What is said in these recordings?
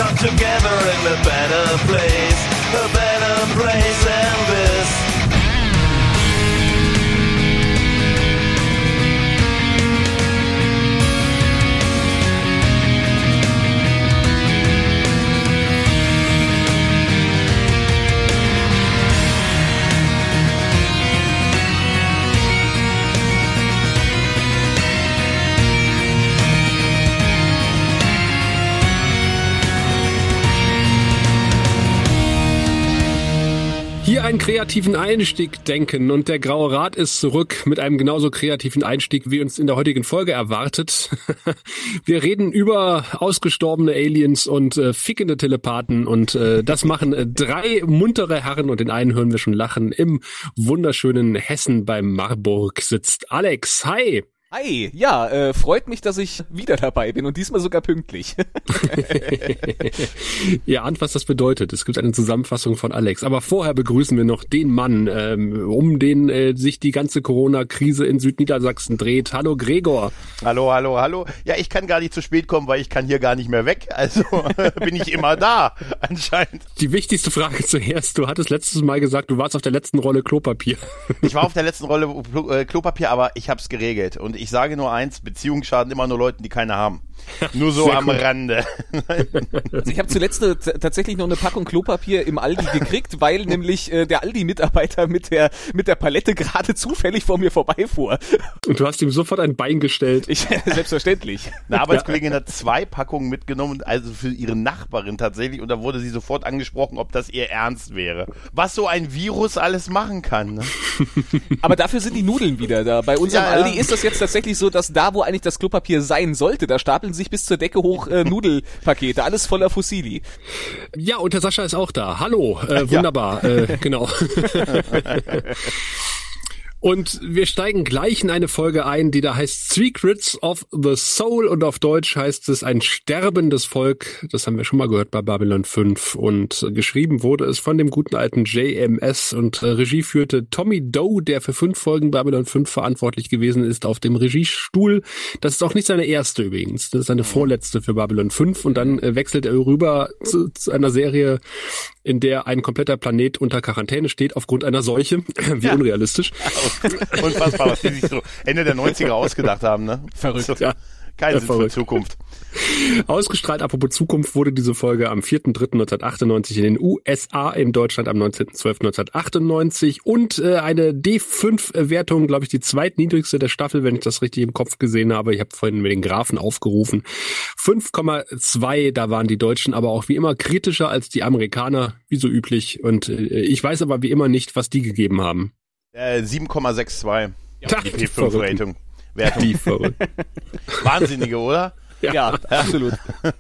come together in a better place than this. Hier einen kreativen Einstieg denken und der Graue Rat ist zurück mit einem genauso kreativen Einstieg, wie uns in der heutigen Folge erwartet. Wir reden über ausgestorbene Aliens und fickende Telepathen und das machen drei muntere Herren und den einen hören wir schon lachen. Im wunderschönen Hessen bei Marburg sitzt Alex. Hi! Hi, ja, freut mich, dass ich wieder dabei bin und diesmal sogar pünktlich. Ihr ahnt, was das bedeutet. Es gibt eine Zusammenfassung von Alex. Aber vorher begrüßen wir noch den Mann, um den sich die ganze Corona-Krise in Südniedersachsen dreht. Hallo Gregor. Hallo. Ja, ich kann gar nicht zu spät kommen, weil ich kann hier gar nicht mehr weg. Also bin ich immer da, anscheinend. Die wichtigste Frage zuerst. Du hattest letztes Mal gesagt, du warst auf der letzten Rolle Klopapier. Ich war auf der letzten Rolle Klopapier, aber ich hab's geregelt. Und ich sage nur eins, Beziehungen schaden immer nur Leuten, die keine haben. Nur so am Rande. Also ich habe zuletzt tatsächlich noch eine Packung Klopapier im Aldi gekriegt, weil nämlich der Aldi-Mitarbeiter mit der Palette gerade zufällig vor mir vorbeifuhr. Und du hast ihm sofort ein Bein gestellt. Selbstverständlich. Eine Arbeitskollegin hat 2 Packungen mitgenommen, also für ihre Nachbarin tatsächlich, und da wurde sie sofort angesprochen, ob das ihr Ernst wäre. Was so ein Virus alles machen kann. Ne? Aber dafür sind die Nudeln wieder da. Bei unserem Aldi ist das jetzt tatsächlich so, dass da, wo eigentlich das Klopapier sein sollte, da stapeln sich bis zur Decke hoch Nudelpakete, alles voller Fossili. Ja, und der Sascha ist auch da. Hallo, wunderbar, genau. Und wir steigen gleich in eine Folge ein, die da heißt Secrets of the Soul und auf Deutsch heißt es ein sterbendes Volk. Das haben wir schon mal gehört bei Babylon 5 und geschrieben wurde es von dem guten alten JMS und Regie führte Tommy Doe, der für 5 Folgen Babylon 5 verantwortlich gewesen ist auf dem Regiestuhl. Das ist auch nicht seine erste übrigens, das ist seine vorletzte für Babylon 5 und dann wechselt er rüber zu einer Serie, in der ein kompletter Planet unter Quarantäne steht aufgrund einer Seuche. Wie unrealistisch. Unfassbar, was die sich so Ende der 90er ausgedacht haben, ne? Verrückt, so, ja. Kein Sinn für Zukunft. Ausgestrahlt, apropos Zukunft, wurde diese Folge am 4.3.1998 in den USA, in Deutschland am 19.12.1998 und eine D5-Wertung, glaube ich, die zweitniedrigste der Staffel, wenn ich das richtig im Kopf gesehen habe. Ich habe vorhin mit den Graphen aufgerufen. 5,2, da waren die Deutschen aber auch wie immer kritischer als die Amerikaner, wie so üblich. Und ich weiß aber wie immer nicht, was die gegeben haben. 7,62. Ja, die P5-Rating. Die verrückt. Wahnsinnige, oder? Ja, absolut.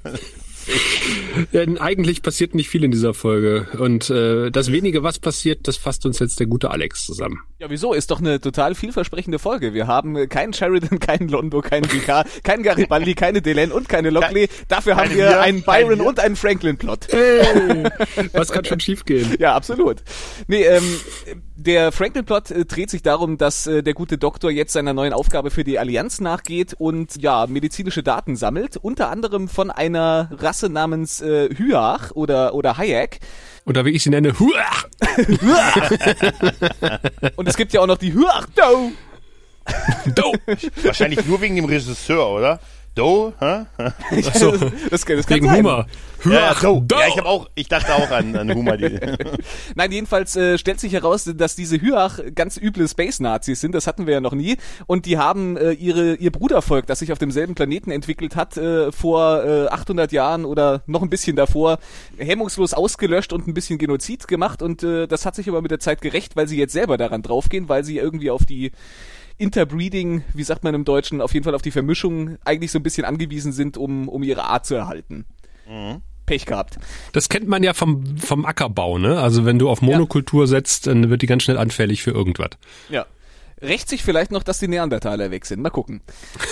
Denn eigentlich passiert nicht viel in dieser Folge. Und das wenige, was passiert, das fasst uns jetzt der gute Alex zusammen. Ja, wieso? Ist doch eine total vielversprechende Folge. Wir haben keinen Sheridan, keinen Londo, keinen Picard, keinen Garibaldi, keine Delenn und keine Lockley. Dafür haben wir einen Byron und einen Franklin-Plot. Hey, was kann schon schiefgehen? Ja, absolut. Nee, der Franklin-Plot dreht sich darum, dass der gute Doktor jetzt seiner neuen Aufgabe für die Allianz nachgeht und ja medizinische Daten sammelt, unter anderem von einer Rasse namens Hyach oder Hayek. Oder wie ich sie nenne, Huach. Und es gibt ja auch noch die Hyach Do. Wahrscheinlich nur wegen dem Regisseur, oder? Do, hä? So, das kann wegen sein. Hummer. Ja, ich dachte auch an Hummer. Nein, jedenfalls stellt sich heraus, dass diese Hyach ganz üble Space-Nazis sind, das hatten wir ja noch nie, und die haben ihr Brudervolk, das sich auf demselben Planeten entwickelt hat, vor 800 Jahren oder noch ein bisschen davor, hemmungslos ausgelöscht und ein bisschen Genozid gemacht, und das hat sich aber mit der Zeit gerecht, weil sie jetzt selber daran draufgehen, weil sie irgendwie auf die Interbreeding, wie sagt man im Deutschen, auf jeden Fall auf die Vermischung eigentlich so ein bisschen angewiesen sind, um ihre Art zu erhalten. Mhm. Pech gehabt. Das kennt man ja vom Ackerbau, ne? Also wenn du auf Monokultur setzt, dann wird die ganz schnell anfällig für irgendwas. Ja. Rächt sich vielleicht noch, dass die Neandertaler weg sind. Mal gucken.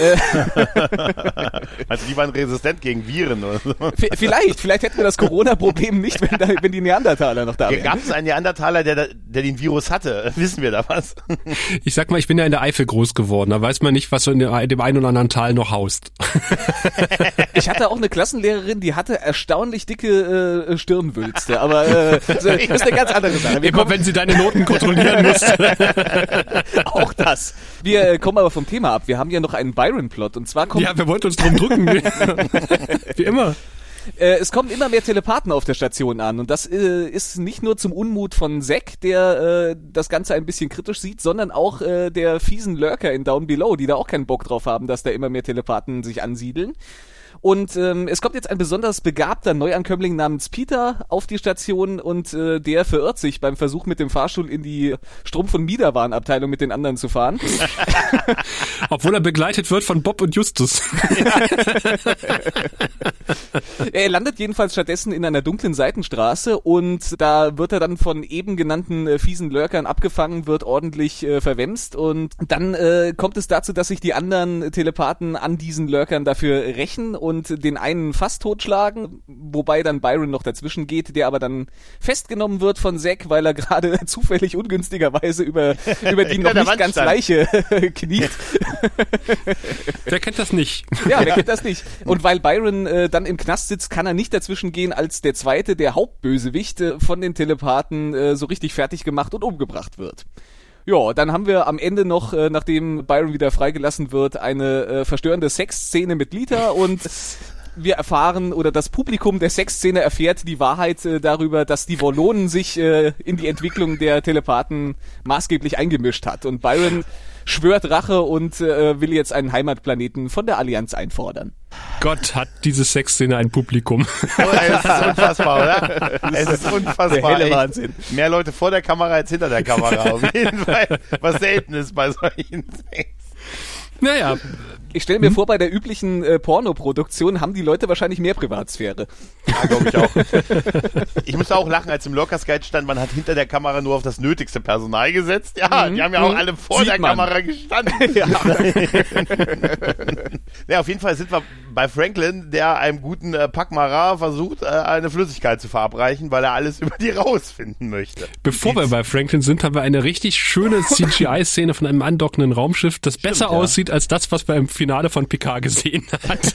Also die waren resistent gegen Viren oder so. Vielleicht hätten wir das Corona-Problem nicht, wenn die Neandertaler noch da wären. Gab es einen Neandertaler, der den Virus hatte? Wissen wir da was? Ich sag mal, ich bin ja in der Eifel groß geworden. Da weiß man nicht, was so in dem einen oder anderen Tal noch haust. Ich hatte auch eine Klassenlehrerin, die hatte erstaunlich dicke Stirnwülste, aber das ist eine ganz andere Sache. Immer wenn sie deine Noten kontrollieren musste. Auch das. Wir kommen aber vom Thema ab. Wir haben ja noch einen Byron-Plot und zwar kommt... Ja, wir wollten uns drum drücken. Wie immer. Es kommen immer mehr Telepathen auf der Station an und das ist nicht nur zum Unmut von Zack, der das Ganze ein bisschen kritisch sieht, sondern auch der fiesen Lurker in Down Below, die da auch keinen Bock drauf haben, dass da immer mehr Telepathen sich ansiedeln. Und es kommt jetzt ein besonders begabter Neuankömmling namens Peter auf die Station und der verirrt sich beim Versuch mit dem Fahrstuhl in die Strumpf- und Miederwarenabteilung mit den anderen zu fahren. Obwohl er begleitet wird von Bob und Justus. Er landet jedenfalls stattdessen in einer dunklen Seitenstraße und da wird er dann von eben genannten fiesen Lurkern abgefangen, wird ordentlich verwemst und dann kommt es dazu, dass sich die anderen Telepathen an diesen Lurkern dafür rächen und den einen fast totschlagen, wobei dann Byron noch dazwischen geht, der aber dann festgenommen wird von Zack, weil er gerade zufällig ungünstigerweise über die noch nicht ganz Leiche kniet. Wer kennt das nicht? Ja, wer kennt das nicht? Und weil Byron dann im Knast sitzt, kann er nicht dazwischen gehen, als der zweite, der Hauptbösewicht von den Telepathen so richtig fertig gemacht und umgebracht wird. Ja, dann haben wir am Ende noch, nachdem Byron wieder freigelassen wird, eine verstörende Sexszene mit Lita und wir erfahren, oder das Publikum der Sexszene erfährt die Wahrheit darüber, dass die Vorlonen sich in die Entwicklung der Telepathen maßgeblich eingemischt hat. Und Byron schwört Rache und will jetzt einen Heimatplaneten von der Allianz einfordern. Gott, hat diese Sexszene ein Publikum. Oh, es ist unfassbar, oder? Es ist unfassbar. Der helle Wahnsinn. Mehr Leute vor der Kamera als hinter der Kamera. Auf jeden Fall. Was selten ist bei solchen Sex. Naja. Ich stelle mir vor, bei der üblichen Pornoproduktion haben die Leute wahrscheinlich mehr Privatsphäre. Ja, glaube ich auch. Ich musste auch lachen, als im Lurkers Guide stand, man hat hinter der Kamera nur auf das nötigste Personal gesetzt. Ja, die haben ja auch alle vor der Kamera gestanden. Ja. Ja, auf jeden Fall sind wir bei Franklin, der einem guten Pakmara versucht, eine Flüssigkeit zu verabreichen, weil er alles über die rausfinden möchte. Bevor wir bei Franklin sind, haben wir eine richtig schöne CGI-Szene von einem andockenden Raumschiff, das besser aussieht als das, was wir im Finale von Picard gesehen hat.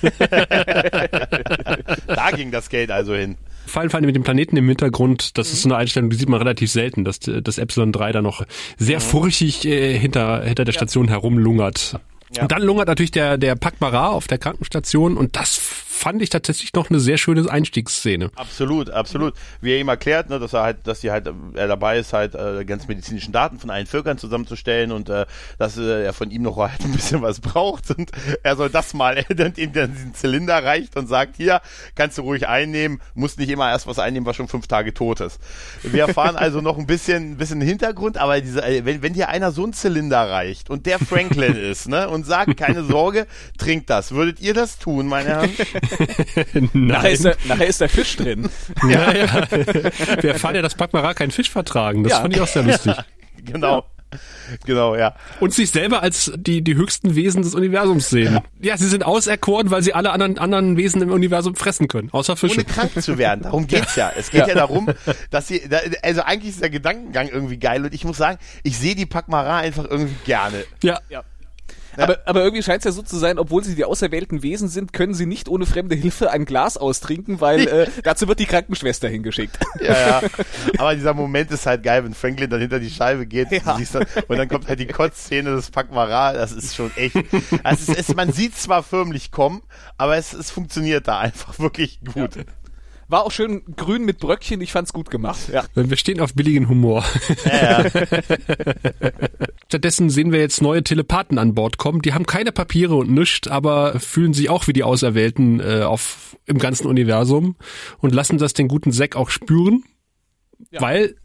Da ging das Geld also hin. Vor allem mit dem Planeten im Hintergrund, das ist so eine Einstellung, die sieht man relativ selten, dass das Epsilon 3 da noch sehr furchtig hinter der Station herumlungert. Ja. Und dann lungert natürlich der Pakmara auf der Krankenstation und das fand ich tatsächlich noch eine sehr schöne Einstiegsszene. Absolut, absolut. Wie er ihm erklärt, ne, dass er dabei ist, ganz medizinischen Daten von allen Völkern zusammenzustellen und dass er von ihm noch halt ein bisschen was braucht und er soll das mal, er dann ihm diesen Zylinder reicht und sagt, hier, kannst du ruhig einnehmen, musst nicht immer erst was einnehmen, was schon 5 Tage tot ist. Wir erfahren also noch ein bisschen Hintergrund, aber wenn dir einer so einen Zylinder reicht und der Franklin ist, ne, und sagt, keine Sorge, trink das. Würdet ihr das tun, meine Herren? Nachher ist der Fisch drin. Ja. Wir erfahren ja, dass Pakmara keinen Fisch vertragen. Das fand ich auch sehr lustig. Genau. Genau, ja. Und sich selber als die höchsten Wesen des Universums sehen. Ja, sie sind auserkoren, weil sie alle anderen Wesen im Universum fressen können, außer Fische. Ohne krank zu werden, darum geht's ja. Es geht ja darum, dass also eigentlich ist der Gedankengang irgendwie geil und ich muss sagen, ich sehe die Pakmara einfach irgendwie gerne. Ja. Aber irgendwie scheint es ja so zu sein, obwohl sie die auserwählten Wesen sind, können sie nicht ohne fremde Hilfe ein Glas austrinken, weil dazu wird die Krankenschwester hingeschickt. Ja. Aber dieser Moment ist halt geil, wenn Franklin dann hinter die Scheibe geht und dann kommt halt die Kotzszene des Pakmara, das ist schon echt. Also man sieht zwar förmlich kommen, aber es funktioniert da einfach wirklich gut. Ja. War auch schön grün mit Bröckchen, ich fand's gut gemacht. Ja. Wir stehen auf billigen Humor. Ja. Stattdessen sehen wir jetzt neue Telepathen an Bord kommen. Die haben keine Papiere und nichts, aber fühlen sich auch wie die Auserwählten im ganzen Universum und lassen das den guten Zack auch spüren. Ja. Weil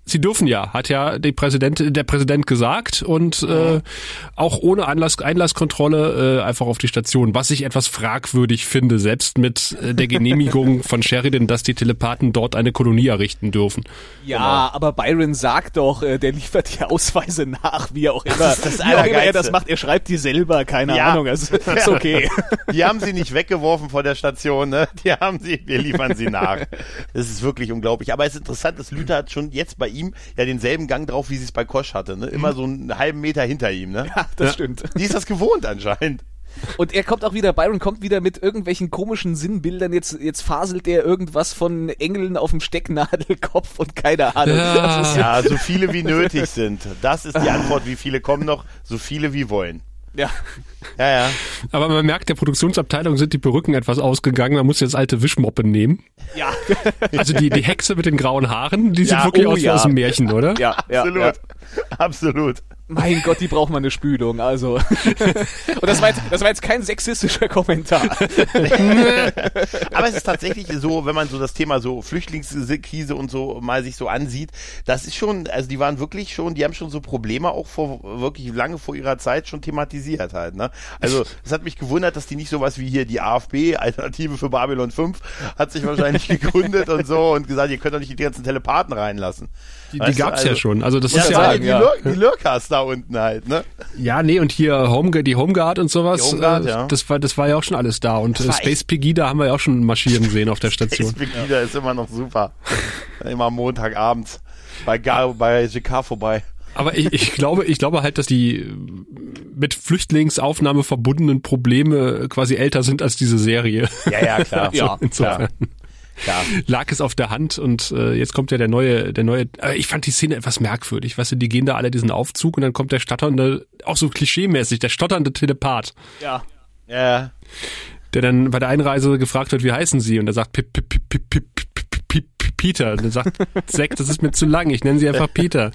Sie dürfen ja, hat ja der Präsident gesagt und auch ohne Einlasskontrolle einfach auf die Station, was ich etwas fragwürdig finde, selbst mit der Genehmigung von Sheridan, dass die Telepathen dort eine Kolonie errichten dürfen. Ja, aber Byron sagt doch, der liefert die Ausweise nach, wie auch immer. Das wie auch immer er das macht, er schreibt die selber, keine Ahnung, also ist okay. Die haben sie nicht weggeworfen vor der Station, ne? Wir liefern sie nach. Das ist wirklich unglaublich. Aber es ist interessant, dass Luther hat schon jetzt bei ihm ja denselben Gang drauf, wie sie es bei Kosch hatte, ne? Immer so einen halben Meter hinter ihm, ne? Ja, das stimmt. Die ist das gewohnt anscheinend. Und Byron kommt wieder mit irgendwelchen komischen Sinnbildern, jetzt faselt er irgendwas von Engeln auf dem Stecknadelkopf und keine Ahnung. Ja, so viele wie nötig sind. Das ist die Antwort, wie viele kommen noch, so viele wie wollen. Ja. Ja. Aber man merkt, der Produktionsabteilung sind die Perücken etwas ausgegangen. Man muss jetzt alte Wischmoppe nehmen. Ja. Also die Hexe mit den grauen Haaren, die sieht wirklich aus wie aus dem Märchen, oder? Ja, absolut. Ja. Absolut. Mein Gott, die braucht mal eine Spülung, also. Und das war jetzt kein sexistischer Kommentar. Aber es ist tatsächlich so, wenn man so das Thema so Flüchtlingskrise und so mal sich so ansieht, das ist schon, also die waren wirklich schon, die haben schon so Probleme auch wirklich lange vor ihrer Zeit schon thematisiert halt, ne? Also, es hat mich gewundert, dass die nicht sowas wie hier die AfB, Alternative für Babylon 5, hat sich wahrscheinlich gegründet und so und gesagt, ihr könnt doch nicht die ganzen Telepathen reinlassen. Die gab's ja schon, also das ja, ist ja... Die Lurkers da unten halt, ne? Ja, nee, und hier die Homeguard und sowas, die Homeguard, ja. das war ja auch schon alles da und Space Pegida haben wir ja auch schon marschieren sehen auf der Station. Space Pegida ist immer noch super. Immer am Montagabend bei GK vorbei. Aber ich glaube halt, dass die mit Flüchtlingsaufnahme verbundenen Probleme quasi älter sind als diese Serie. Ja, klar. Ja, insofern. Klar. Lag es auf der Hand und jetzt kommt ja der neue, ich fand die Szene etwas merkwürdig, weißt du, die gehen da alle diesen Aufzug und dann kommt der stotternde, auch so klischeemäßig, der stotternde Telepath. Ja. Ja. Der dann bei der Einreise gefragt wird, wie heißen sie? Und er sagt Peter. Und er sagt, Zack, das ist mir zu lang, ich nenne sie einfach Peter.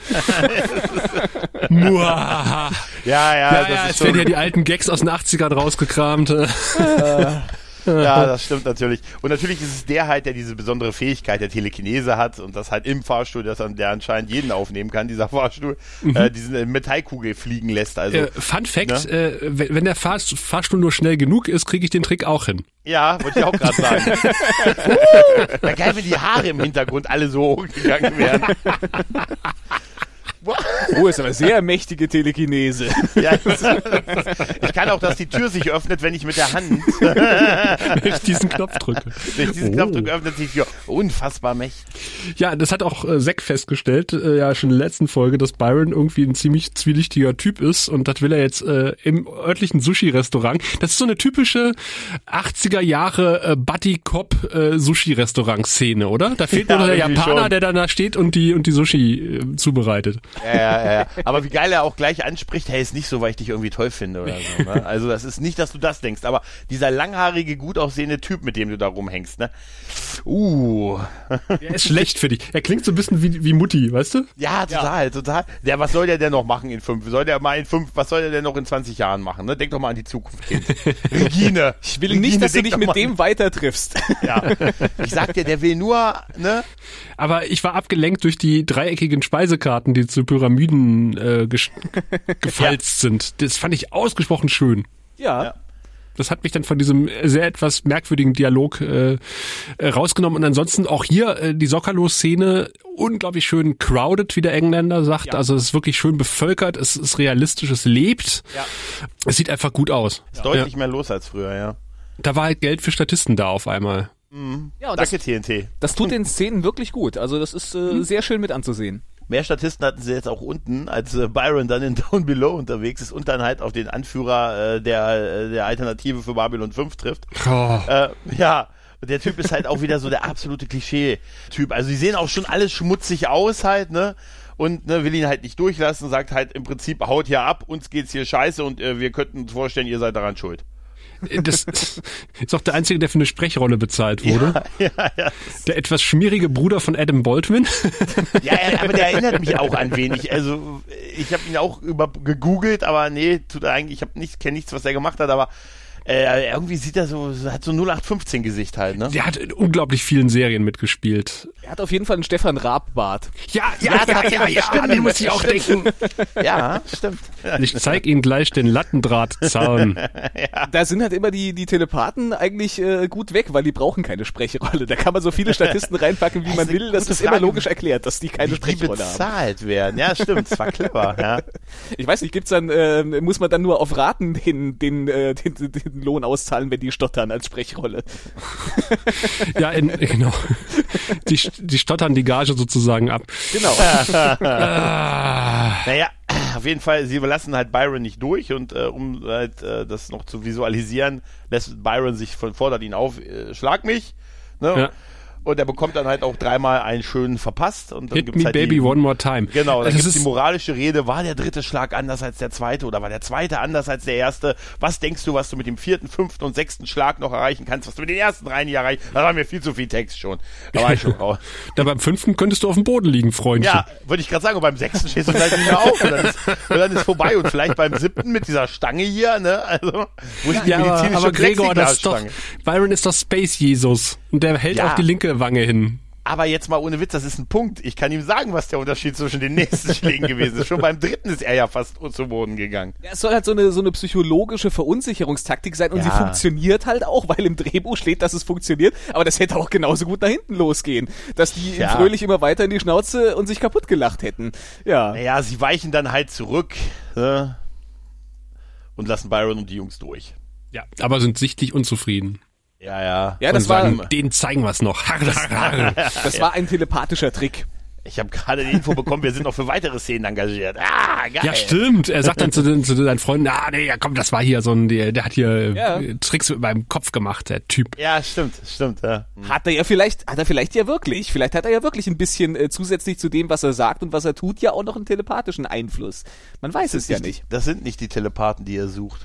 Ja, es werden ja die alten Gags aus den 80ern rausgekramt. Ja, das stimmt natürlich. Und natürlich ist es der halt, der diese besondere Fähigkeit der Telekinese hat und das halt im Fahrstuhl, der anscheinend jeden aufnehmen kann, dieser Fahrstuhl, diese Metallkugel fliegen lässt. Also, Fun Fact, ne? Wenn der Fahrstuhl nur schnell genug ist, kriege ich den Trick auch hin. Ja, wollte ich auch gerade sagen. Wäre geil, wenn die Haare im Hintergrund alle so hochgegangen wären. Oh, ist aber sehr mächtige Telekinese. Ja, ich kann auch, dass die Tür sich öffnet, wenn ich mit der Hand wenn ich diesen Knopf drücke. Wenn ich diesen Knopf drücke, öffnet sich die Tür. Unfassbar mächtig. Ja, das hat auch Zack festgestellt, ja schon in der letzten Folge, dass Byron irgendwie ein ziemlich zwielichtiger Typ ist und das will er jetzt im örtlichen Sushi-Restaurant. Das ist so eine typische 80er Jahre Buddy-Cop-Sushi-Restaurant-Szene, oder? Da fehlt nur noch der Japaner, schon, der dann da steht und die Sushi zubereitet. Ja. Aber wie geil er auch gleich anspricht, hey, ist nicht so, weil ich dich irgendwie toll finde oder so. Ne? Also das ist nicht, dass du das denkst, aber dieser langhaarige, gut aussehende Typ, mit dem du da rumhängst, ne? Er ist schlecht für dich. Er klingt so ein bisschen wie Mutti, weißt du? Ja, total. Der, was soll der denn noch machen in 5? Was soll der denn noch in 20 Jahren machen? Ne? Denk doch mal an die Zukunft, Kind. Regine. Ich will nicht, dass du dich mit dem weiter triffst. Ja. Ich sag dir, der will nur, ne? Aber ich war abgelenkt durch die dreieckigen Speisekarten, die zu Pyramiden gefalzt sind. Das fand ich ausgesprochen schön. Ja. Das hat mich dann von diesem sehr etwas merkwürdigen Dialog rausgenommen. Und ansonsten auch hier die Sockerlos-Szene unglaublich schön crowded, wie der Engländer sagt. Ja. Also es ist wirklich schön bevölkert, es ist realistisch, es lebt. Ja. Es sieht einfach gut aus. Ist deutlich mehr los als früher, ja. Da war halt Geld für Statisten da auf einmal. Ja, und danke, TNT. Das tut den Szenen wirklich gut. Also das ist sehr schön mit anzusehen. Mehr Statisten hatten sie jetzt auch unten, als Byron dann in Down Below unterwegs ist und dann halt auf den Anführer der Alternative für Babylon 5 trifft. Oh. Ja, der Typ ist halt auch wieder so der absolute Klischee-Typ. Also die sehen auch schon alles schmutzig aus halt, ne? Und will ihn halt nicht durchlassen, sagt halt im Prinzip, haut hier ab, uns geht's hier scheiße und wir könnten uns vorstellen, ihr seid daran schuld. Das ist auch der Einzige, der für eine Sprechrolle bezahlt wurde. Ja. Der etwas schmierige Bruder von Adam Baldwin. Ja, aber der erinnert mich auch an wenig. Also ich habe ihn auch gegoogelt, aber nee, tut er eigentlich, ich kenne nichts, was er gemacht hat, aber Irgendwie sieht er hat so 0815-Gesicht halt, ne? Der hat in unglaublich vielen Serien mitgespielt. Er hat auf jeden Fall einen Stefan Raab-Bart. Ja, den muss ich auch denken. Ja, stimmt. Ich zeig Ihnen gleich den Lattendrahtzaun. Da sind halt immer die Telepathen eigentlich gut weg, weil die brauchen keine Sprechrolle. Da kann man so viele Statisten reinpacken, wie man will. Das ist immer logisch erklohnt, dass die keine Sprechrolle haben. Die bezahlt werden. Ja, stimmt. Das war clever. Ja. Ich weiß nicht, muss man dann nur auf Raten den Lohn auszahlen, wenn die stottern als Sprechrolle? Ja, genau. Die stottern die Gage sozusagen ab. Genau. Naja, auf jeden Fall, sie lassen halt Byron nicht durch und um halt das noch zu visualisieren, lässt Byron fordert ihn auf, schlag mich, ne? Ja. Und er bekommt dann halt auch 3-mal einen schönen verpasst. Und dann Hit gibt's me halt baby one more time. Genau, dann gibt's die moralische Rede, war der 3. Schlag anders als der 2. oder war der 2. anders als der 1.? Was denkst du, was du mit dem 4., 5. und 6. Schlag noch erreichen kannst, was du mit den ersten 3 nicht erreichen? Da haben wir viel zu viel Text schon. Da war ich schon raus. Da beim 5. könntest du auf dem Boden liegen, Freundchen. Ja, würde ich gerade sagen, und beim 6. stehst du vielleicht nicht mehr auf und dann ist vorbei und vielleicht beim 7. mit dieser Stange hier, ne, also, wo ich die medizinische aber Gregor, das ist doch, Byron ist doch Space Jesus und der hält auch die linke Wange hin. Aber jetzt mal ohne Witz, das ist ein Punkt. Ich kann ihm sagen, was der Unterschied zwischen den nächsten Schlägen gewesen ist. Schon beim 3. ist er ja fast zu Boden gegangen. Ja, es soll halt so eine psychologische Verunsicherungstaktik sein und sie funktioniert halt auch, weil im Drehbuch steht, dass es funktioniert, aber das hätte auch genauso gut nach hinten losgehen, dass die fröhlich immer weiter in die Schnauze und sich kaputt gelacht hätten. Ja. Naja, sie weichen dann halt zurück und lassen Byron und die Jungs durch. Ja, aber sind sichtlich unzufrieden. Ja, das war, denen zeigen wir es noch. Das war ein telepathischer Trick. Ich habe gerade die Info bekommen, wir sind noch für weitere Szenen engagiert. Ah, geil. Ja, stimmt. Er sagt dann zu seinen Freunden, komm, das war hier der hat hier Tricks mit meinem Kopf gemacht, der Typ. Ja, stimmt, ja. Hat er vielleicht ja wirklich. Vielleicht hat er ja wirklich ein bisschen zusätzlich zu dem, was er sagt und was er tut, ja auch noch einen telepathischen Einfluss. Man weiß es ja nicht. Das sind nicht die Telepathen, die er sucht.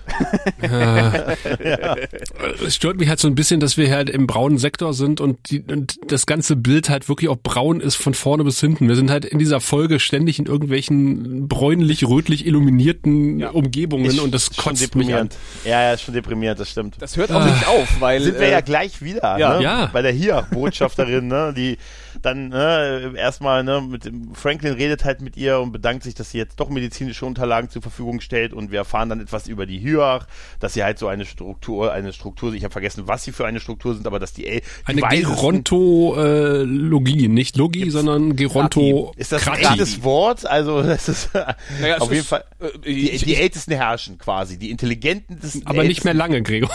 Es stört mich halt so ein bisschen, dass wir halt im braunen Sektor sind und das ganze Bild halt wirklich auch braun ist von vorne bis hinten. Wir sind halt in dieser Folge ständig in irgendwelchen bräunlich-rötlich illuminierten Umgebungen und das kotzt mich an. Ja, ist schon deprimierend, das stimmt. Das hört auch nicht auf, weil... Sind wir ja gleich wieder, ne? Ja. Bei der Hier-Botschafterin, ne? Die dann erstmal mit dem Franklin redet halt mit ihr und bedankt sich, dass sie jetzt doch medizinische Unterlagen zur Verfügung stellt und wir erfahren dann etwas über die Hyach, dass sie halt so eine Struktur, ich habe vergessen, was sie für eine Struktur sind, aber dass die eine Gerontologie, nicht Logie, sondern Gerontokratie. Ist das ein echtes Wort? Also das ist auf jeden Fall die Ältesten herrschen quasi, die Intelligenten des aber nicht mehr lange, Gregor.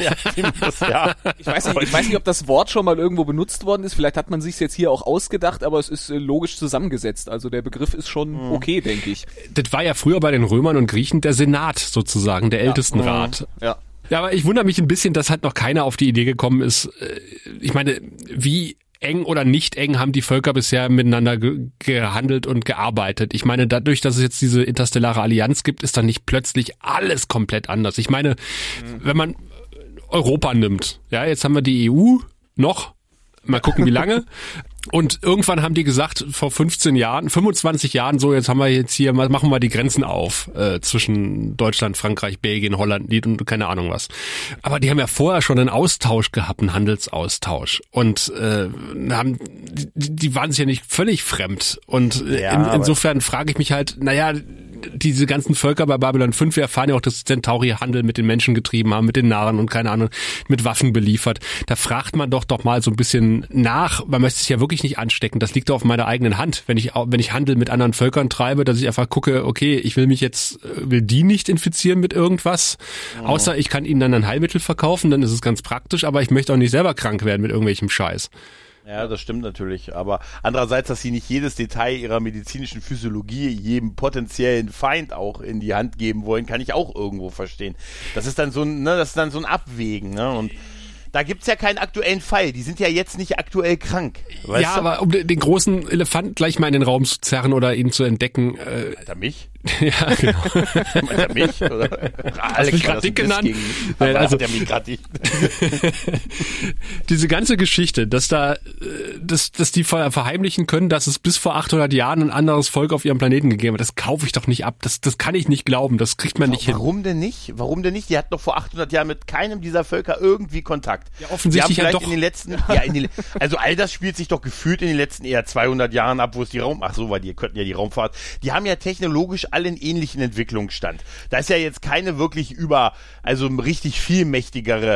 Ja. Ich weiß nicht, ob das Wort schon mal irgendwo benutzt worden ist. Vielleicht hat man sich jetzt hier auch ausgedacht, aber es ist logisch zusammengesetzt. Also der Begriff ist schon okay, denke ich. Das war ja früher bei den Römern und Griechen der Senat sozusagen, der Ältestenrat. Ja. Ja, aber ich wundere mich ein bisschen, dass halt noch keiner auf die Idee gekommen ist. Ich meine, wie eng oder nicht eng haben die Völker bisher miteinander gehandelt und gearbeitet. Ich meine, dadurch, dass es jetzt diese interstellare Allianz gibt, ist dann nicht plötzlich alles komplett anders. Ich meine, wenn man Europa nimmt, ja, jetzt haben wir die EU noch, mal gucken wie lange. Und irgendwann haben die gesagt, vor 25 Jahren, so jetzt machen wir die Grenzen auf zwischen Deutschland, Frankreich, Belgien, Holland und keine Ahnung was. Aber die haben ja vorher schon einen Austausch gehabt, einen Handelsaustausch. Und die waren sich ja nicht völlig fremd. Und insofern frage ich mich halt, diese ganzen Völker bei Babylon 5, wir erfahren ja auch, dass Centauri Handel mit den Menschen getrieben haben, mit den Narren und keine Ahnung, mit Waffen beliefert. Da fragt man doch mal so ein bisschen nach, man möchte sich ja wirklich nicht anstecken. Das liegt doch auf meiner eigenen Hand, wenn ich Handel mit anderen Völkern treibe, dass ich einfach gucke, okay, ich will die nicht infizieren mit irgendwas, außer ich kann ihnen dann ein Heilmittel verkaufen, dann ist es ganz praktisch, aber ich möchte auch nicht selber krank werden mit irgendwelchem Scheiß. Ja, das stimmt natürlich, aber andererseits, dass sie nicht jedes Detail ihrer medizinischen Physiologie jedem potenziellen Feind auch in die Hand geben wollen, kann ich auch irgendwo verstehen. Das ist dann so ein Abwägen, ne, und da gibt's ja keinen aktuellen Fall. Die sind ja jetzt nicht aktuell krank. Weißt du? Aber um den großen Elefanten gleich mal in den Raum zu zerren oder ihn zu entdecken. Meint er mich? Ja, genau. Meint er mich? Oder? Alex mich gerade dick genannt. Also, hat er mich gerade dick. Diese ganze Geschichte, dass da dass die verheimlichen können, dass es bis vor 800 Jahren ein anderes Volk auf ihrem Planeten gegeben hat. Das kaufe ich doch nicht ab. Das kann ich nicht glauben. Das kriegt man nicht hin. Warum denn nicht? Die hatten doch vor 800 Jahren mit keinem dieser Völker irgendwie Kontakt. Ja, offensichtlich ja doch. in den letzten, also all das spielt sich doch gefühlt in den letzten eher 200 Jahren ab, wo es weil die könnten ja die Raumfahrt, die haben ja technologisch alle einen ähnlichen Entwicklungsstand. Da ist ja jetzt keine wirklich richtig viel mächtigere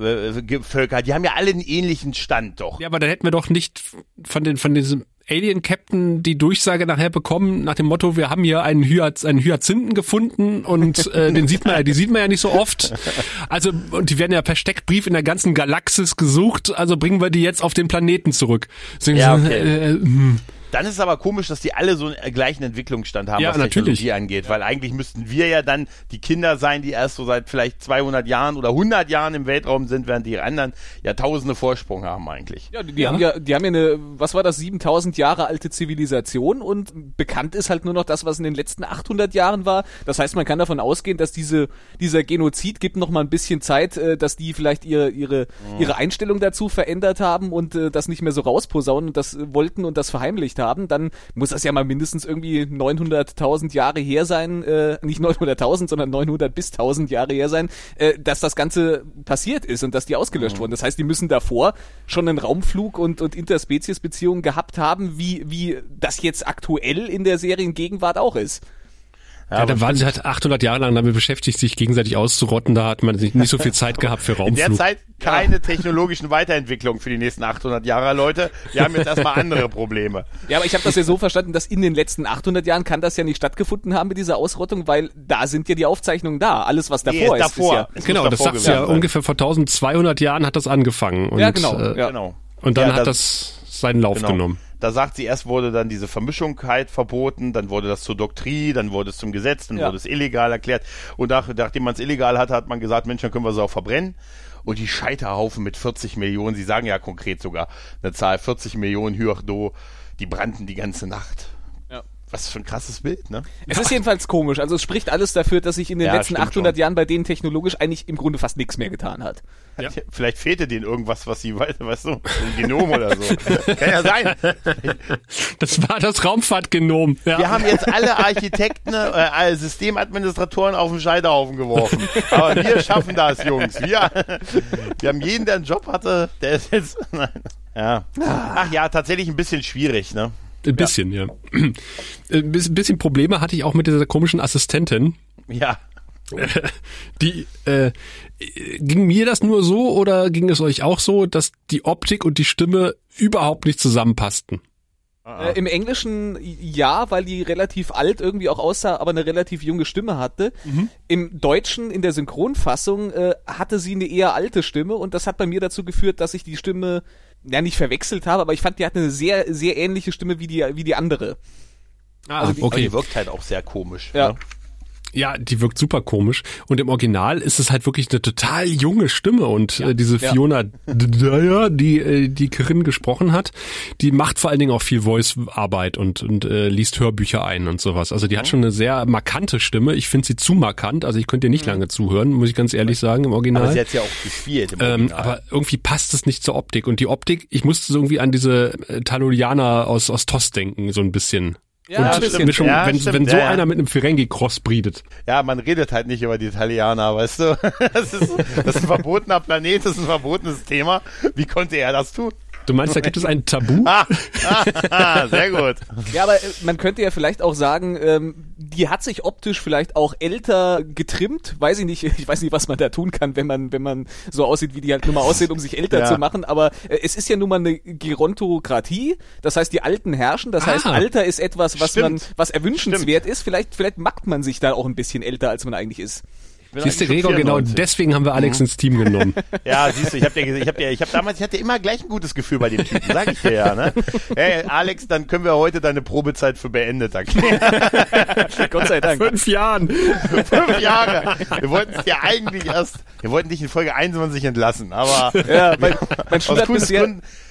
Völker, die haben ja alle einen ähnlichen Stand doch. Ja, aber dann hätten wir doch nicht von diesem Alien-Captain die Durchsage nachher bekommen, nach dem Motto, wir haben hier einen Hyazinthen gefunden und die sieht man ja nicht so oft. Also, und die werden ja per Steckbrief in der ganzen Galaxis gesucht, also bringen wir die jetzt auf den Planeten zurück. Ja, okay. Dann ist es aber komisch, dass die alle so einen gleichen Entwicklungsstand haben, was Technologie angeht, weil eigentlich müssten wir ja dann die Kinder sein, die erst so seit vielleicht 200 Jahren oder 100 Jahren im Weltraum sind, während die anderen Jahrtausende Vorsprung haben eigentlich. Ja, die haben ja eine, was war das, 7000 Jahre alte Zivilisation und bekannt ist halt nur noch das, was in den letzten 800 Jahren war. Das heißt, man kann davon ausgehen, dass dieser Genozid gibt noch mal ein bisschen Zeit, dass die vielleicht ihre Einstellung dazu verändert haben und das nicht mehr so rausposaunen und das wollten und das verheimlicht haben, dann muss das ja mal mindestens irgendwie 900.000 Jahre her sein, nicht 900.000, sondern 900 bis 1.000 Jahre her sein, dass das Ganze passiert ist und dass die ausgelöscht wurden. Das heißt, die müssen davor schon einen Raumflug und Interspezies-Beziehungen gehabt haben, wie das jetzt aktuell in der Seriengegenwart auch ist. Ja, da waren sie halt 800 Jahre lang damit beschäftigt, sich gegenseitig auszurotten. Da hat man nicht so viel Zeit gehabt für Raumflug. In der Zeit keine technologischen Weiterentwicklungen für die nächsten 800 Jahre, Leute. Wir haben jetzt erstmal andere Probleme. Ja, aber ich habe das ja so verstanden, dass in den letzten 800 Jahren kann das ja nicht stattgefunden haben mit dieser Ausrottung, weil da sind ja die Aufzeichnungen da. Alles, was davor ist ja... Genau, das sagst ja ungefähr vor 1200 Jahren hat das angefangen. Und, ja, genau. Und dann hat das seinen Lauf genommen. Da sagt sie, erst wurde dann diese Vermischung halt verboten, dann wurde das zur Doktrin, dann wurde es zum Gesetz, dann wurde es illegal erklärt. Und nachdem man es illegal hatte, hat man gesagt, Mensch, dann können wir es auch verbrennen. Und die Scheiterhaufen mit 40 Millionen, sie sagen ja konkret sogar eine Zahl, 40 Millionen Hyachdo, die brannten die ganze Nacht. Ja. Was für ein krasses Bild, ne? Es ist jedenfalls komisch. Also es spricht alles dafür, dass sich in den letzten 800 Jahren bei denen technologisch eigentlich im Grunde fast nichts mehr getan hat. Ja. Vielleicht fehlte denen irgendwas, was sie, weißt du, ein Genom oder so. Kann ja sein. Das war das Raumfahrtgenom. Ja. Wir haben jetzt alle Architekten, Systemadministratoren auf den Scheiterhaufen geworfen. Aber wir schaffen das, Jungs. Wir haben jeden, der einen Job hatte, der ist jetzt... Ja. Ach ja, tatsächlich ein bisschen schwierig, ne? Ein bisschen, ja. Ein bisschen Probleme hatte ich auch mit dieser komischen Assistentin. Ja. Ging mir das nur so oder ging es euch auch so, dass die Optik und die Stimme überhaupt nicht zusammenpassten? Im Englischen ja, weil die relativ alt irgendwie auch aussah, aber eine relativ junge Stimme hatte. Mhm. Im Deutschen, in der Synchronfassung, hatte sie eine eher alte Stimme und das hat bei mir dazu geführt, dass ich die Stimme nicht verwechselt habe, aber ich fand, die hatte eine sehr, sehr ähnliche Stimme wie die andere. Also die wirkt halt auch sehr komisch. Ja. Ne? Ja, die wirkt super komisch. Und im Original ist es halt wirklich eine total junge Stimme. Und diese Fiona Dyer, die Kirin gesprochen hat, die macht vor allen Dingen auch viel Voice-Arbeit und liest Hörbücher ein und sowas. Also die hat schon eine sehr markante Stimme. Ich finde sie zu markant. Also ich könnte ihr nicht lange zuhören, muss ich ganz ehrlich sagen, im Original. Aber sie hat ja auch gespielt im Original. Aber irgendwie passt es nicht zur Optik. Und die Optik, ich musste so irgendwie an diese Talulianer aus TOS denken, so ein bisschen. Ja, und Mischung, wenn so einer mit einem Ferengi crossbreedet. Ja, man redet halt nicht über die Italiener, weißt du? Das ist ein verbotener Planet, das ist ein verbotenes Thema. Wie konnte er das tun? Du meinst, da gibt es ein Tabu? Sehr gut. Ja, aber man könnte ja vielleicht auch sagen, die hat sich optisch vielleicht auch älter getrimmt. Weiß ich nicht, was man da tun kann, wenn man so aussieht, wie die halt nur mal aussehen, um sich älter zu machen. Aber es ist ja nun mal eine Gerontokratie. Das heißt, die Alten herrschen. Das heißt, Alter ist etwas, was erwünschenswert ist. Vielleicht macht man sich da auch ein bisschen älter, als man eigentlich ist. Siehst du, Gregor, genau deswegen haben wir Alex ins Team genommen. Ja, siehst du, ich hatte immer gleich ein gutes Gefühl bei dem Typen, sag ich dir ja, ne? Hey, Alex, dann können wir heute deine Probezeit für beendet erklären. Gott sei Dank. 5 Jahren. 5 Jahre. Wir wollten es ja eigentlich wir wollten dich in Folge 21 entlassen, aber mein Schüler hat bisher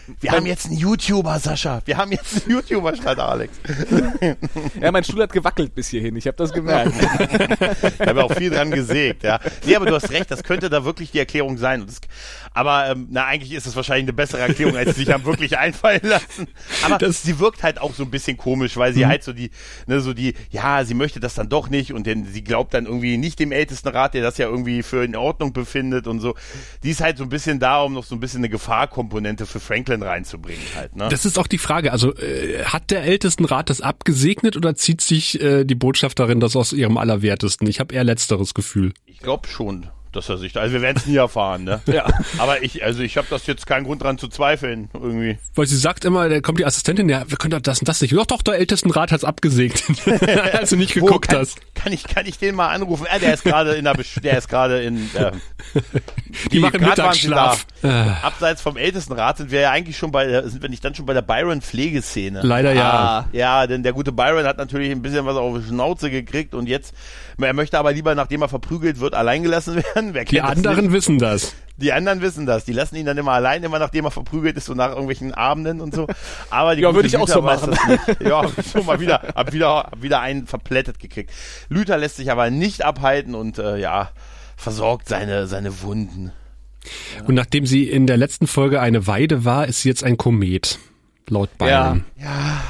Wir haben jetzt einen YouTuber, Sascha. Wir haben jetzt einen YouTuber statt Alex. Ja, mein Stuhl hat gewackelt bis hierhin. Ich habe das gemerkt. Ich habe auch viel dran gesägt, ja. Nee, aber du hast recht, das könnte da wirklich die Erklärung sein. Aber eigentlich ist es wahrscheinlich eine bessere Erklärung, als sie sich haben wirklich einfallen lassen. Aber sie wirkt halt auch so ein bisschen komisch, weil sie halt sie möchte das dann doch nicht und denn sie glaubt dann irgendwie nicht dem Ältestenrat, der das ja irgendwie für in Ordnung befindet und so. Die ist halt so ein bisschen da, um noch so ein bisschen eine Gefahrkomponente für Franklin reinzubringen halt, ne? Das ist auch die Frage, also hat der Ältestenrat das abgesegnet oder zieht sich die Botschafterin das aus ihrem Allerwertesten? Ich habe eher letzteres Gefühl. Ich glaube schon, dass er sich also wir werden es nie erfahren, ne? Ja. Aber ich habe das jetzt keinen Grund dran zu zweifeln, irgendwie. Weil sie sagt immer, da kommt die Assistentin, ja, wir können doch das und das nicht. Doch, der Ältestenrat hat's abgesegnet, als du nicht geguckt hast. Kann ich den mal anrufen? Der ist gerade die machen Mittagsschlaf. Abseits vom Ältestenrat sind wir nicht dann schon bei der Byron-Pflegeszene? Leider ja. Ja, denn der gute Byron hat natürlich ein bisschen was auf die Schnauze gekriegt und jetzt, er möchte aber lieber, nachdem er verprügelt wird, allein gelassen werden. Die anderen wissen das. Die anderen wissen das. Die lassen ihn dann immer allein, immer nachdem er verprügelt ist und nach irgendwelchen Abenden und so. Aber die würde ich auch so machen. Ja, schon mal hab wieder einen verplättet gekriegt. Luther lässt sich aber nicht abhalten und versorgt seine Wunden. Ja. Und nachdem sie in der letzten Folge eine Weide war, ist sie jetzt ein Komet, laut Byron. Ja.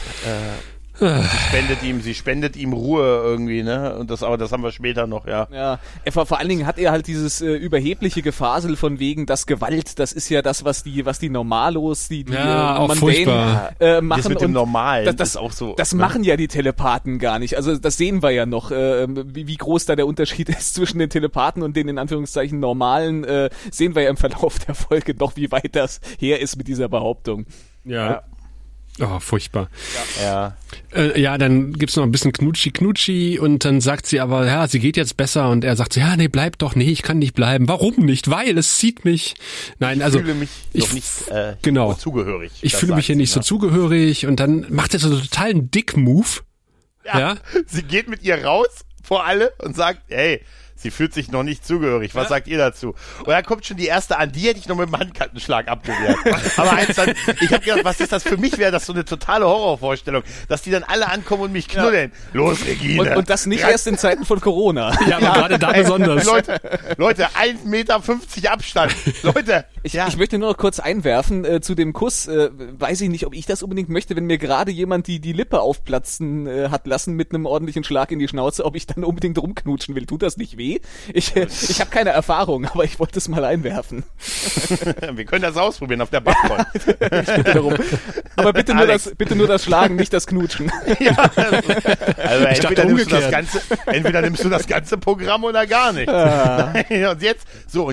Sie spendet ihm Ruhe irgendwie, ne? Aber das haben wir später noch, ja. Ja, vor allen Dingen hat er halt dieses überhebliche Gefasel von wegen, dass Gewalt, das ist ja das, was die Normalos, die Mundane machen. Das mit dem Normalen das ist auch so. Das machen ja die Telepathen gar nicht. Also das sehen wir ja noch, wie groß da der Unterschied ist zwischen den Telepathen und den in Anführungszeichen Normalen, sehen wir ja im Verlauf der Folge noch, wie weit das her ist mit dieser Behauptung. Ja. Oh, furchtbar. Ja. Dann gibt's noch ein bisschen Knutschi und dann sagt sie aber, ja, sie geht jetzt besser und er sagt so, ja, nee, bleib doch, nee, ich kann nicht bleiben. Warum nicht? Weil es zieht mich. Nein, also ich fühle mich noch nicht zugehörig. Ich fühle mich hier nicht so zugehörig und dann macht er so einen totalen Dick-Move. Ja. Sie geht mit ihr raus vor alle und sagt, hey, sie fühlt sich noch nicht zugehörig. Was sagt ihr dazu? Und dann kommt schon die erste an, die hätte ich noch mit dem Handkantenschlag abgewehrt. Aber ich habe gedacht, was ist das? Für mich wäre das so eine totale Horrorvorstellung, dass die dann alle ankommen und mich knuddeln. Ja. Los, Regine. Und das nicht erst in Zeiten von Corona. Ja, aber gerade da besonders. Leute, 1,50 Meter Abstand. Leute. Ich möchte nur noch kurz einwerfen zu dem Kuss. Weiß ich nicht, ob ich das unbedingt möchte, wenn mir gerade jemand die Lippe aufplatzen hat lassen mit einem ordentlichen Schlag in die Schnauze, ob ich dann unbedingt rumknutschen will. Tut das nicht weh? Ich habe keine Erfahrung, aber ich wollte es mal einwerfen. Wir können das ausprobieren auf der Balkon. Aber bitte nur das Schlagen, nicht das Knutschen. Ja, also entweder nimmst du das ganze Programm oder gar nicht. Und jetzt.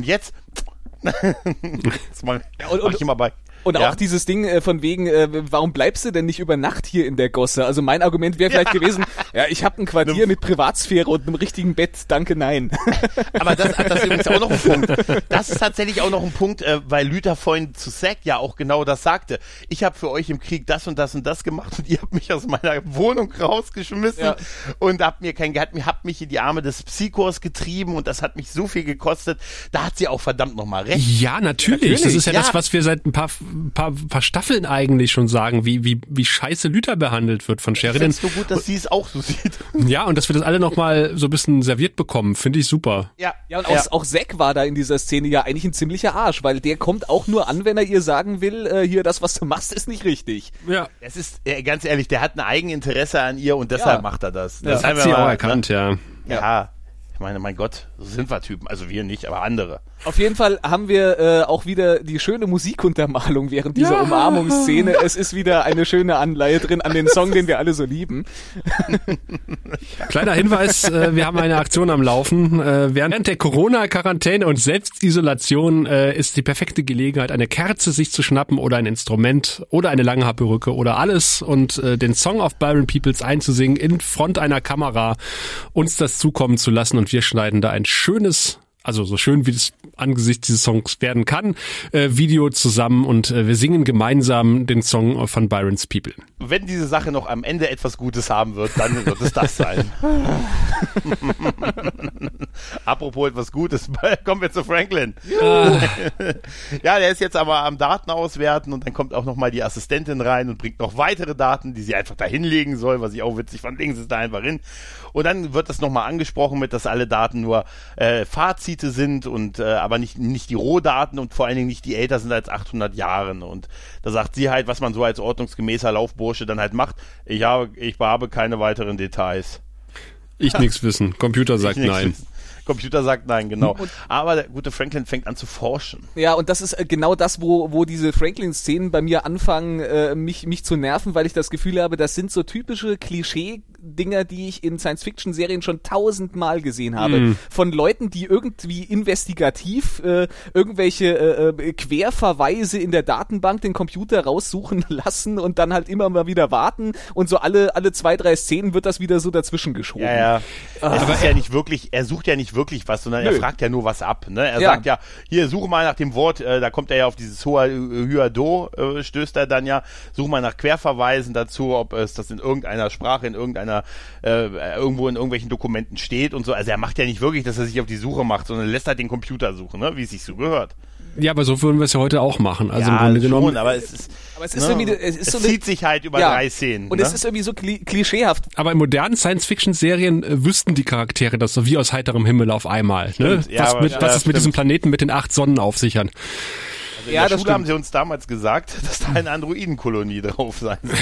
Mach ich immer bei. Und auch dieses Ding von wegen, warum bleibst du denn nicht über Nacht hier in der Gosse? Also mein Argument wäre vielleicht gewesen, ja, ich habe ein Quartier mit Privatsphäre und einem richtigen Bett, danke, nein. Aber das ist übrigens auch noch ein Punkt. Das ist tatsächlich auch noch ein Punkt, weil Luther vorhin zu Zack ja auch genau das sagte. Ich habe für euch im Krieg das und das und das gemacht und ihr habt mich aus meiner Wohnung rausgeschmissen und habt mich in die Arme des Psychos getrieben und das hat mich so viel gekostet. Da hat sie auch verdammt nochmal recht. Ja, natürlich. Das ist ja das, was wir seit ein paar Staffeln eigentlich schon sagen, wie scheiße Luther behandelt wird von Sheridan. Ich finde es so gut, dass sie es auch so sieht. Ja, und dass wir das alle nochmal so ein bisschen serviert bekommen, finde ich super. Ja, und auch Zack war da in dieser Szene ja eigentlich ein ziemlicher Arsch, weil der kommt auch nur an, wenn er ihr sagen will, hier, das, was du machst, ist nicht richtig. Ja. Es ist, ganz ehrlich, der hat ein Eigeninteresse an ihr und deshalb macht er das. Das hat sie auch erkannt, ja. Ich meine, mein Gott, so sind wir Typen. Also wir nicht, aber andere. Auf jeden Fall haben wir auch wieder die schöne Musikuntermalung während dieser Umarmungsszene. Es ist wieder eine schöne Anleihe drin an den Song, den wir alle so lieben. Kleiner Hinweis, wir haben eine Aktion am Laufen. Während der Corona-Quarantäne und Selbstisolation ist die perfekte Gelegenheit, eine Kerze sich zu schnappen oder ein Instrument oder eine Langhaarperücke oder alles und den Song of Byron Peoples einzusingen in Front einer Kamera, uns das zukommen zu lassen und wir schneiden da ein schönes, also so schön wie es angesichts dieses Songs werden kann, Video zusammen und wir singen gemeinsam den Song von Byron's People. wenn diese Sache noch am Ende etwas Gutes haben wird, dann wird es das sein. Apropos etwas Gutes, kommen wir zu Franklin. Ja, der ist jetzt aber am Daten auswerten und dann kommt auch nochmal die Assistentin rein und bringt noch weitere Daten, die sie einfach da hinlegen soll, was ich auch witzig fand, legen sie es da einfach hin. Und dann wird das nochmal angesprochen mit, dass alle Daten nur Fazite sind und aber nicht die Rohdaten und vor allen Dingen nicht die älter sind als 800 Jahren. Und da sagt sie halt, was man so als ordnungsgemäßer Laufbursche dann halt macht. Ich habe keine weiteren Details. Ich nichts wissen. Computer sagt nein. Wissen. Computer sagt nein, genau. Aber der gute Franklin fängt an zu forschen. Ja, und das ist genau das, wo diese Franklin-Szenen bei mir anfangen, mich zu nerven, weil ich das Gefühl habe, das sind so typische Klischee-Dinger, die ich in Science-Fiction-Serien schon 1000-mal gesehen habe. Von Leuten, die irgendwie investigativ irgendwelche Querverweise in der Datenbank den Computer raussuchen lassen und dann halt immer mal wieder warten und so alle 2-3 Szenen wird das wieder so dazwischen geschoben. Ja. Aber er sucht ja nicht wirklich was, sondern er fragt ja nur was ab. Ne? Er sagt ja, hier, suche mal nach dem Wort, da kommt er ja auf dieses Hyado, stößt er dann ja, suche mal nach Querverweisen dazu, ob es das in irgendeiner Sprache, in irgendeiner, irgendwo in irgendwelchen Dokumenten steht und so. Also er macht ja nicht wirklich, dass er sich auf die Suche macht, sondern lässt halt den Computer suchen, ne? Wie es sich so gehört. Ja, aber so würden wir es ja heute auch machen. Also ja, im Grunde genommen. Schon, aber es zieht sich halt über 3 Szenen. Und es ist irgendwie so klischeehaft. Aber in modernen Science-Fiction-Serien wüssten die Charaktere das so wie aus heiterem Himmel auf einmal. Ne? Was ist mit diesem Planeten mit den 8 Sonnen auf sich an? Also in der Schule haben sie uns damals gesagt, dass da eine Androidenkolonie drauf sein soll.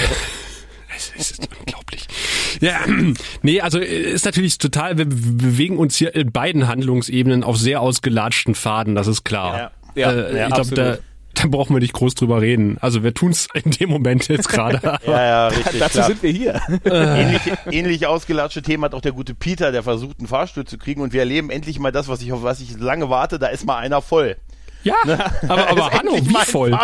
Es ist unglaublich. Ja, nee, also ist natürlich total, wir bewegen uns hier in beiden Handlungsebenen auf sehr ausgelatschten Faden, das ist klar. Ja, ich glaube, da brauchen wir nicht groß drüber reden. Also wir tun's in dem Moment jetzt gerade. Ja, richtig. Dazu klar. sind wir hier. Ähnlich ausgelatschte Themen hat auch der gute Peter, der versucht, einen Fahrstuhl zu kriegen und wir erleben endlich mal das, auf was ich lange warte, da ist mal einer voll. Ja, aber Hanno, wie voll?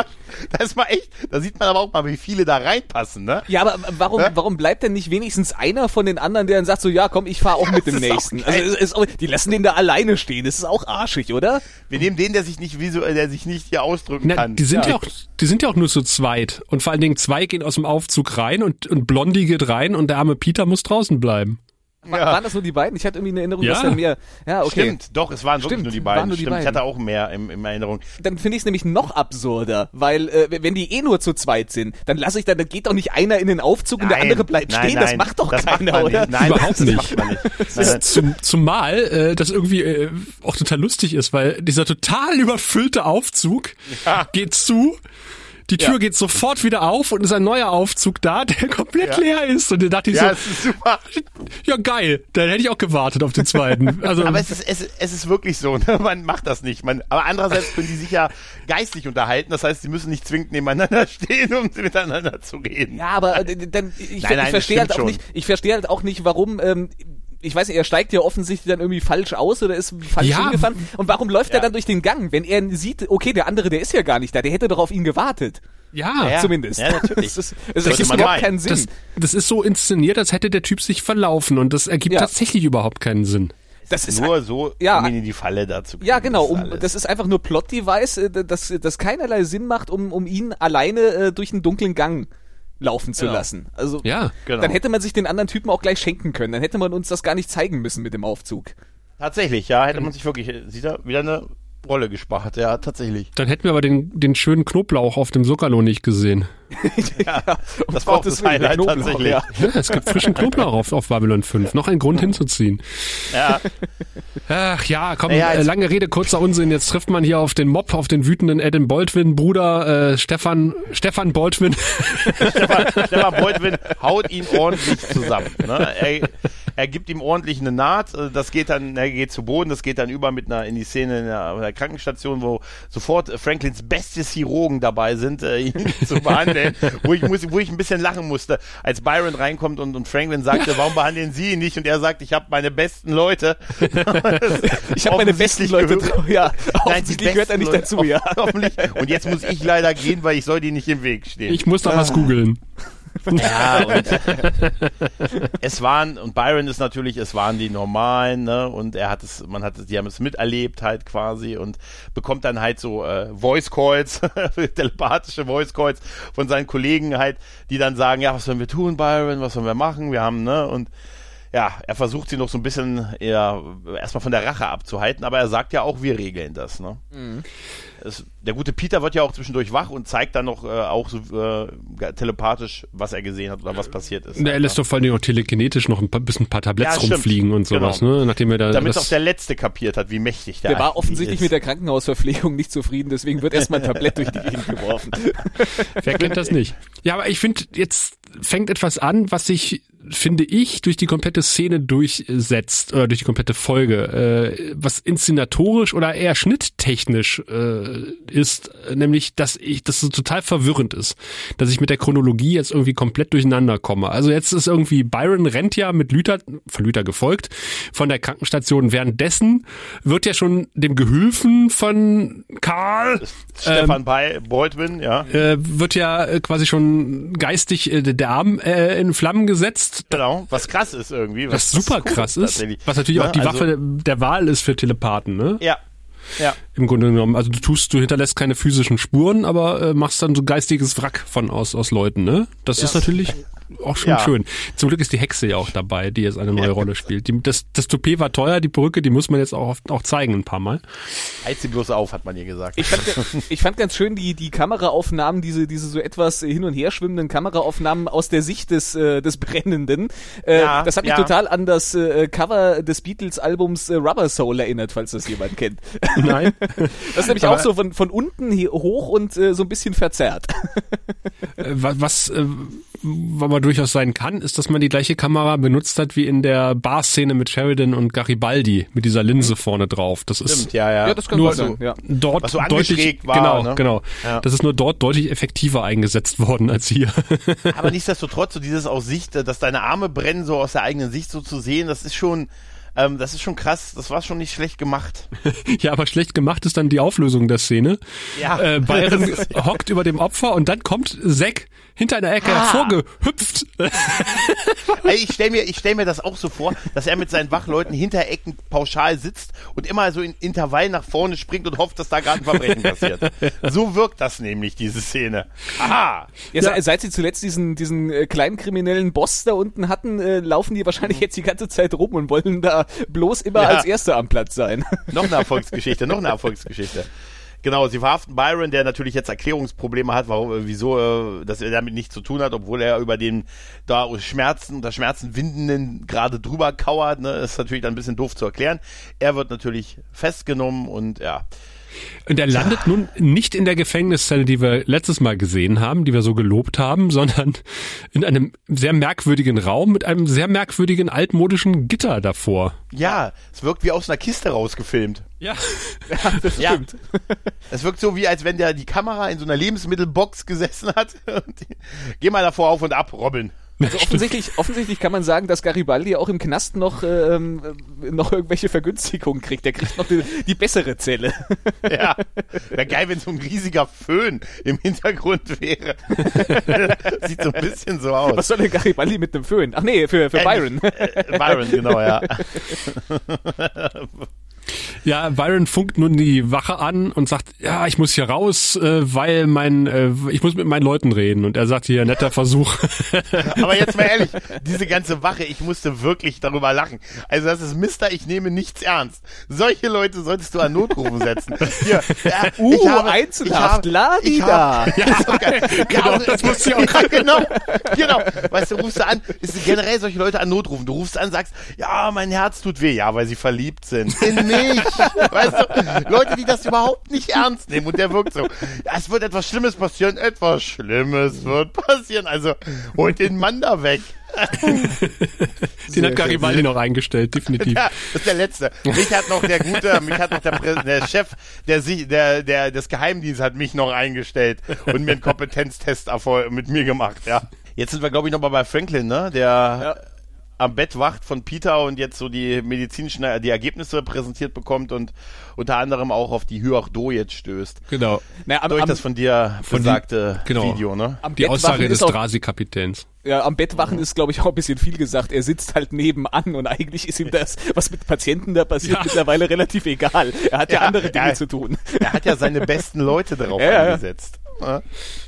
Da sieht man aber auch mal, wie viele da reinpassen, ne? Ja, aber warum bleibt denn nicht wenigstens einer von den anderen, der dann sagt so, ja komm, ich fahr auch mit dem nächsten. Also die lassen den da alleine stehen, das ist auch arschig, oder? Wir nehmen den, der sich nicht hier ausdrücken kann. Die sind ja auch nur zu zweit und vor allen Dingen 2 gehen aus dem Aufzug rein und Blondie geht rein und der arme Peter muss draußen bleiben. Waren das nur die beiden? Ich hatte irgendwie eine Erinnerung, dass da mehr... Ja, okay. Stimmt, doch, es waren wirklich nur die beiden. Ich hatte auch mehr in Erinnerung. Dann finde ich es nämlich noch absurder, weil wenn die nur zu zweit sind, dann geht doch nicht einer in den Aufzug und der andere bleibt stehen. Das macht doch keiner, oder? Nein, überhaupt nicht. Macht man nicht. Zumal das irgendwie auch total lustig ist, weil dieser total überfüllte Aufzug geht zu. Die Tür geht sofort wieder auf und ist ein neuer Aufzug da, der komplett leer ist. Und da dachte ich es ist super. Ja, geil. Dann hätte ich auch gewartet auf den zweiten. Also, aber es ist wirklich so, ne? Man macht das nicht. Aber andererseits können die sich ja geistig unterhalten. Das heißt, sie müssen nicht zwingend nebeneinander stehen, um miteinander zu reden. Ja, aber ich verstehe halt auch nicht, warum... ich weiß nicht, er steigt ja offensichtlich dann irgendwie falsch aus oder ist falsch hingefahren. Und warum läuft er dann durch den Gang, wenn er sieht, okay, der andere, der ist ja gar nicht da, der hätte doch auf ihn gewartet. Ja, zumindest. Ja, natürlich. Das ist überhaupt keinen Sinn. Das ist so inszeniert, als hätte der Typ sich verlaufen und das ergibt tatsächlich überhaupt keinen Sinn. Das ist nur so, um ihn in die Falle dazu kriegen. Ja, genau. Das ist einfach nur Plot-Device, das keinerlei Sinn macht, um ihn alleine durch einen dunklen Gang laufen zu lassen. Also dann hätte man sich den anderen Typen auch gleich schenken können. Dann hätte man uns das gar nicht zeigen müssen mit dem Aufzug. Tatsächlich, ja, hätte man sich wirklich, sieht er, wieder eine Rolle gespart, ja, tatsächlich. Dann hätten wir aber den schönen Knoblauch auf dem Zuckerlo nicht gesehen. Ja, das war auch das Highlight tatsächlich. Ja, es gibt frischen Knoblauch auf Babylon 5. Noch ein Grund hinzuziehen. Ja. Ach ja, komm, lange Rede, kurzer Unsinn. Jetzt trifft man hier auf den Mob, auf den wütenden Adam Baldwin, Bruder Stefan Baldwin. Stefan Baldwin haut ihn ordentlich zusammen. Ne? Er gibt ihm ordentlich eine Naht. Das geht dann, er geht zu Boden, das geht dann über in die Szene in der Krankenstation, wo sofort Franklins bestes Chirurgen dabei sind, ihn zu behandeln. Wo ich ein bisschen lachen musste, als Byron reinkommt und Franklin sagte, warum behandeln Sie ihn nicht? Und er sagt, ich habe meine besten Leute. Ich habe meine besten Leute. Ja, offensichtlich gehört er nicht dazu, ja. Und jetzt muss ich leider gehen, weil ich soll die nicht im Weg stehen. Ich muss da was googeln. Ja, und Byron ist natürlich, es waren die Normalen, ne, und die haben es miterlebt halt quasi und bekommt dann halt so Voice Calls, telepathische Voice Calls von seinen Kollegen halt, die dann sagen, ja, was sollen wir tun, Byron, was sollen wir machen, wir haben, ne, und ja, er versucht sie noch so ein bisschen erstmal von der Rache abzuhalten, aber er sagt ja auch, wir regeln das, ne. Mhm. Der gute Peter wird ja auch zwischendurch wach und zeigt dann noch auch so telepathisch, was er gesehen hat oder was passiert ist. Er lässt doch vor allem auch telekinetisch noch ein paar Tabletts rumfliegen und sowas, genau. Ne? Nachdem er damit auch der Letzte kapiert hat, wie mächtig der war offensichtlich mit der Krankenhausverpflegung nicht zufrieden, deswegen wird erstmal ein Tablett durch die Gegend geworfen. Wer kennt das nicht? Ja, aber ich finde, jetzt fängt etwas an, was sich, finde ich, durch die komplette Szene durchsetzt, oder durch die komplette Folge, was inszenatorisch oder eher schnitttechnisch ist, nämlich, dass es total verwirrend ist, dass ich mit der Chronologie jetzt irgendwie komplett durcheinander komme. Also jetzt ist irgendwie, Byron rennt ja von Luther gefolgt, von der Krankenstation. Währenddessen wird ja schon dem Gehülfen von Karl, Stefan Baldwin, ja, wird ja quasi schon geistig der Arm in Flammen gesetzt. Genau, was krass ist irgendwie. Was super krass ist, was natürlich auch die Waffe der Wahl ist für Telepathen, ne? Ja. Ja. Im Grunde genommen. Also du hinterlässt keine physischen Spuren, aber machst dann so geistiges Wrack aus Leuten, ne? Das ist natürlich auch schon schön. Zum Glück ist die Hexe ja auch dabei, die jetzt eine neue Rolle spielt. Das Toupet war teuer, die Perücke, die muss man jetzt auch zeigen ein paar Mal. Heizt sie bloß auf, hat man ihr gesagt. Ich fand ganz schön die Kameraaufnahmen, diese so etwas hin und her schwimmenden Kameraaufnahmen aus der Sicht des Brennenden. Das hat mich total an das Cover des Beatles-Albums Rubber Soul erinnert, falls das jemand kennt. Nein. Das ist nämlich auch so von unten hoch und so ein bisschen verzerrt. Was aber durchaus sein kann, ist, dass man die gleiche Kamera benutzt hat wie in der Bar-Szene mit Sheridan und Garibaldi mit dieser Linse vorne drauf. Das ist stimmt, ja, das kann nur sein, ja. Dort was so deutlich war, genau. Ja. Das ist nur dort deutlich effektiver eingesetzt worden als hier. Aber nichtsdestotrotz, so dieses aus Sicht, dass deine Arme brennen, so aus der eigenen Sicht so zu sehen, das ist schon krass, das war schon nicht schlecht gemacht. Ja, aber schlecht gemacht ist dann die Auflösung der Szene. Ja. Byron hockt über dem Opfer und dann kommt Zack hinter einer Ecke hervorgehüpft. Ich stell mir das auch so vor, dass er mit seinen Wachleuten hinter Ecken pauschal sitzt und immer so in Intervallen nach vorne springt und hofft, dass da gerade ein Verbrechen passiert. So wirkt das nämlich, diese Szene. Aha! Ja, seit sie zuletzt diesen kleinen kriminellen Boss da unten hatten, laufen die wahrscheinlich jetzt die ganze Zeit rum und wollen da bloß immer als Erster am Platz sein. Noch eine Erfolgsgeschichte. Genau, sie verhaften Byron, der natürlich jetzt Erklärungsprobleme hat, wieso, dass er damit nichts zu tun hat, obwohl er über den unter Schmerzen Windenden gerade drüber kauert, ne, ist natürlich dann ein bisschen doof zu erklären. Er wird natürlich festgenommen und ja. Und er landet nun nicht in der Gefängniszelle, die wir letztes Mal gesehen haben, die wir so gelobt haben, sondern in einem sehr merkwürdigen Raum mit einem sehr merkwürdigen altmodischen Gitter davor. Ja, es wirkt wie aus einer Kiste rausgefilmt. Ja, das stimmt. Es wirkt so, wie als wenn die Kamera in so einer Lebensmittelbox gesessen hat. Geh mal davor auf und ab, Robin. Also offensichtlich kann man sagen, dass Garibaldi auch im Knast noch irgendwelche Vergünstigungen kriegt. Der kriegt noch die bessere Zelle. Ja, wäre geil, wenn so ein riesiger Föhn im Hintergrund wäre. Sieht so ein bisschen so aus. Was soll denn Garibaldi mit einem Föhn? Ach nee, für Byron. Byron, genau, ja. Ja, Byron funkt nun die Wache an und sagt, ja, ich muss hier raus, weil ich muss mit meinen Leuten reden. Und er sagt hier, netter Versuch. Aber jetzt mal ehrlich, diese ganze Wache, ich musste wirklich darüber lachen. Also das ist Mister, ich nehme nichts ernst. Solche Leute solltest du an Notrufen setzen. Hier, Einzelhaft, Ladida. Genau, das musst du ja auch. Genau. Weißt du, rufst du an, ist generell solche Leute an Notrufen. Du rufst an, sagst, ja, mein Herz tut weh. Ja, weil sie verliebt sind. In mich. Weißt du, Leute, die das überhaupt nicht ernst nehmen und der wirkt so, ja, es wird etwas Schlimmes passieren, etwas Schlimmes wird passieren, also holt den Mann da weg. Den hat Garibaldi noch eingestellt, definitiv. Ja, das ist der Letzte. Mich hat noch der Chef des Geheimdienstes hat mich noch eingestellt und mir einen Kompetenztest mit mir gemacht, ja. Jetzt sind wir, glaube ich, nochmal bei Franklin, ne? am Bett wacht von Peter und jetzt so die die Ergebnisse präsentiert bekommt und unter anderem auch auf die Hyach-Do jetzt stößt. Genau. Durch das von dir besagte Video, ne? Die Aussage des Drasi-Kapitäns. Ja, am Bettwachen ist, glaube ich, auch ein bisschen viel gesagt. Er sitzt halt nebenan und eigentlich ist ihm das, was mit Patienten da passiert, mittlerweile relativ egal. Er hat ja andere Dinge zu tun. Er hat ja seine besten Leute darauf angesetzt. Ja.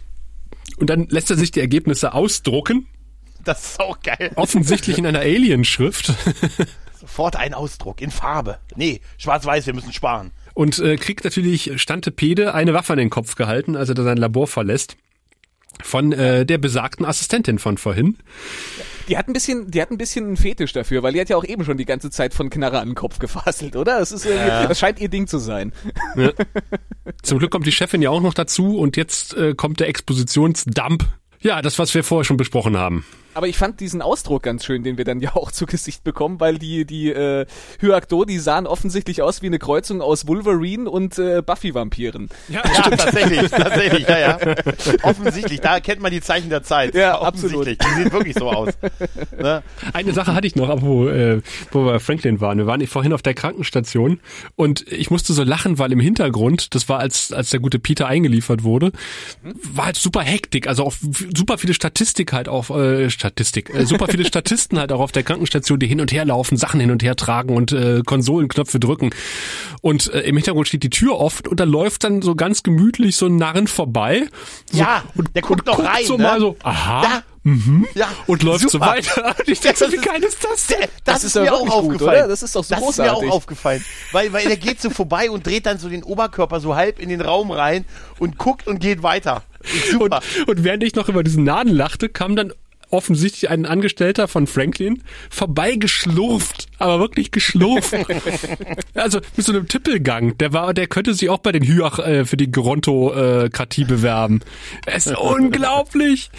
Und dann lässt er sich die Ergebnisse ausdrucken. Das ist auch geil. Offensichtlich in einer Alienschrift. Sofort ein Ausdruck in Farbe. Nee, schwarz-weiß, wir müssen sparen. Und kriegt natürlich Stantepede eine Waffe an den Kopf gehalten, als er da sein Labor verlässt. Von der besagten Assistentin von vorhin. Die hat ein bisschen einen Fetisch dafür, weil die hat ja auch eben schon die ganze Zeit von Knarre an den Kopf gefasselt, oder? Das scheint ihr Ding zu sein. Ja. Zum Glück kommt die Chefin ja auch noch dazu und jetzt kommt der Expositionsdump. Ja, das, was wir vorher schon besprochen haben. Aber ich fand diesen Ausdruck ganz schön, den wir dann ja auch zu Gesicht bekommen, weil die Hyach-Do, die sahen offensichtlich aus wie eine Kreuzung aus Wolverine und Buffy-Vampiren. Ja, tatsächlich, ja. Offensichtlich, da kennt man die Zeichen der Zeit. Ja, absolut. Die sehen wirklich so aus. Ne? Eine Sache hatte ich noch, wo wir bei Franklin waren. Wir waren vorhin auf der Krankenstation und ich musste so lachen, weil im Hintergrund, das war als der gute Peter eingeliefert wurde, war halt super Hektik, also auch super viele Statistik halt auf super viele Statisten halt auch auf der Krankenstation, die hin und her laufen, Sachen hin und her tragen und Konsolenknöpfe drücken. Und im Hintergrund steht die Tür offen und da läuft dann so ganz gemütlich so ein Narren vorbei. So, ja, der guckt noch rein. So ne? mal so, aha. Ja. Ja, und läuft super. so weiter. Und ich denke, wie geil ist das denn? Das ist mir auch aufgefallen. Oder? Das ist doch so großartig. Das ist mir auch aufgefallen. Weil der geht so vorbei und dreht dann so den Oberkörper so halb in den Raum rein und guckt und geht weiter. Super. Und während ich noch über diesen Naden lachte, kam dann offensichtlich ein Angestellter von Franklin vorbeigeschlurft, aber wirklich geschlurft. Also mit so einem Tippelgang. Der könnte sich auch bei den Hyach für die Gerontokratie bewerben. Es ist unglaublich.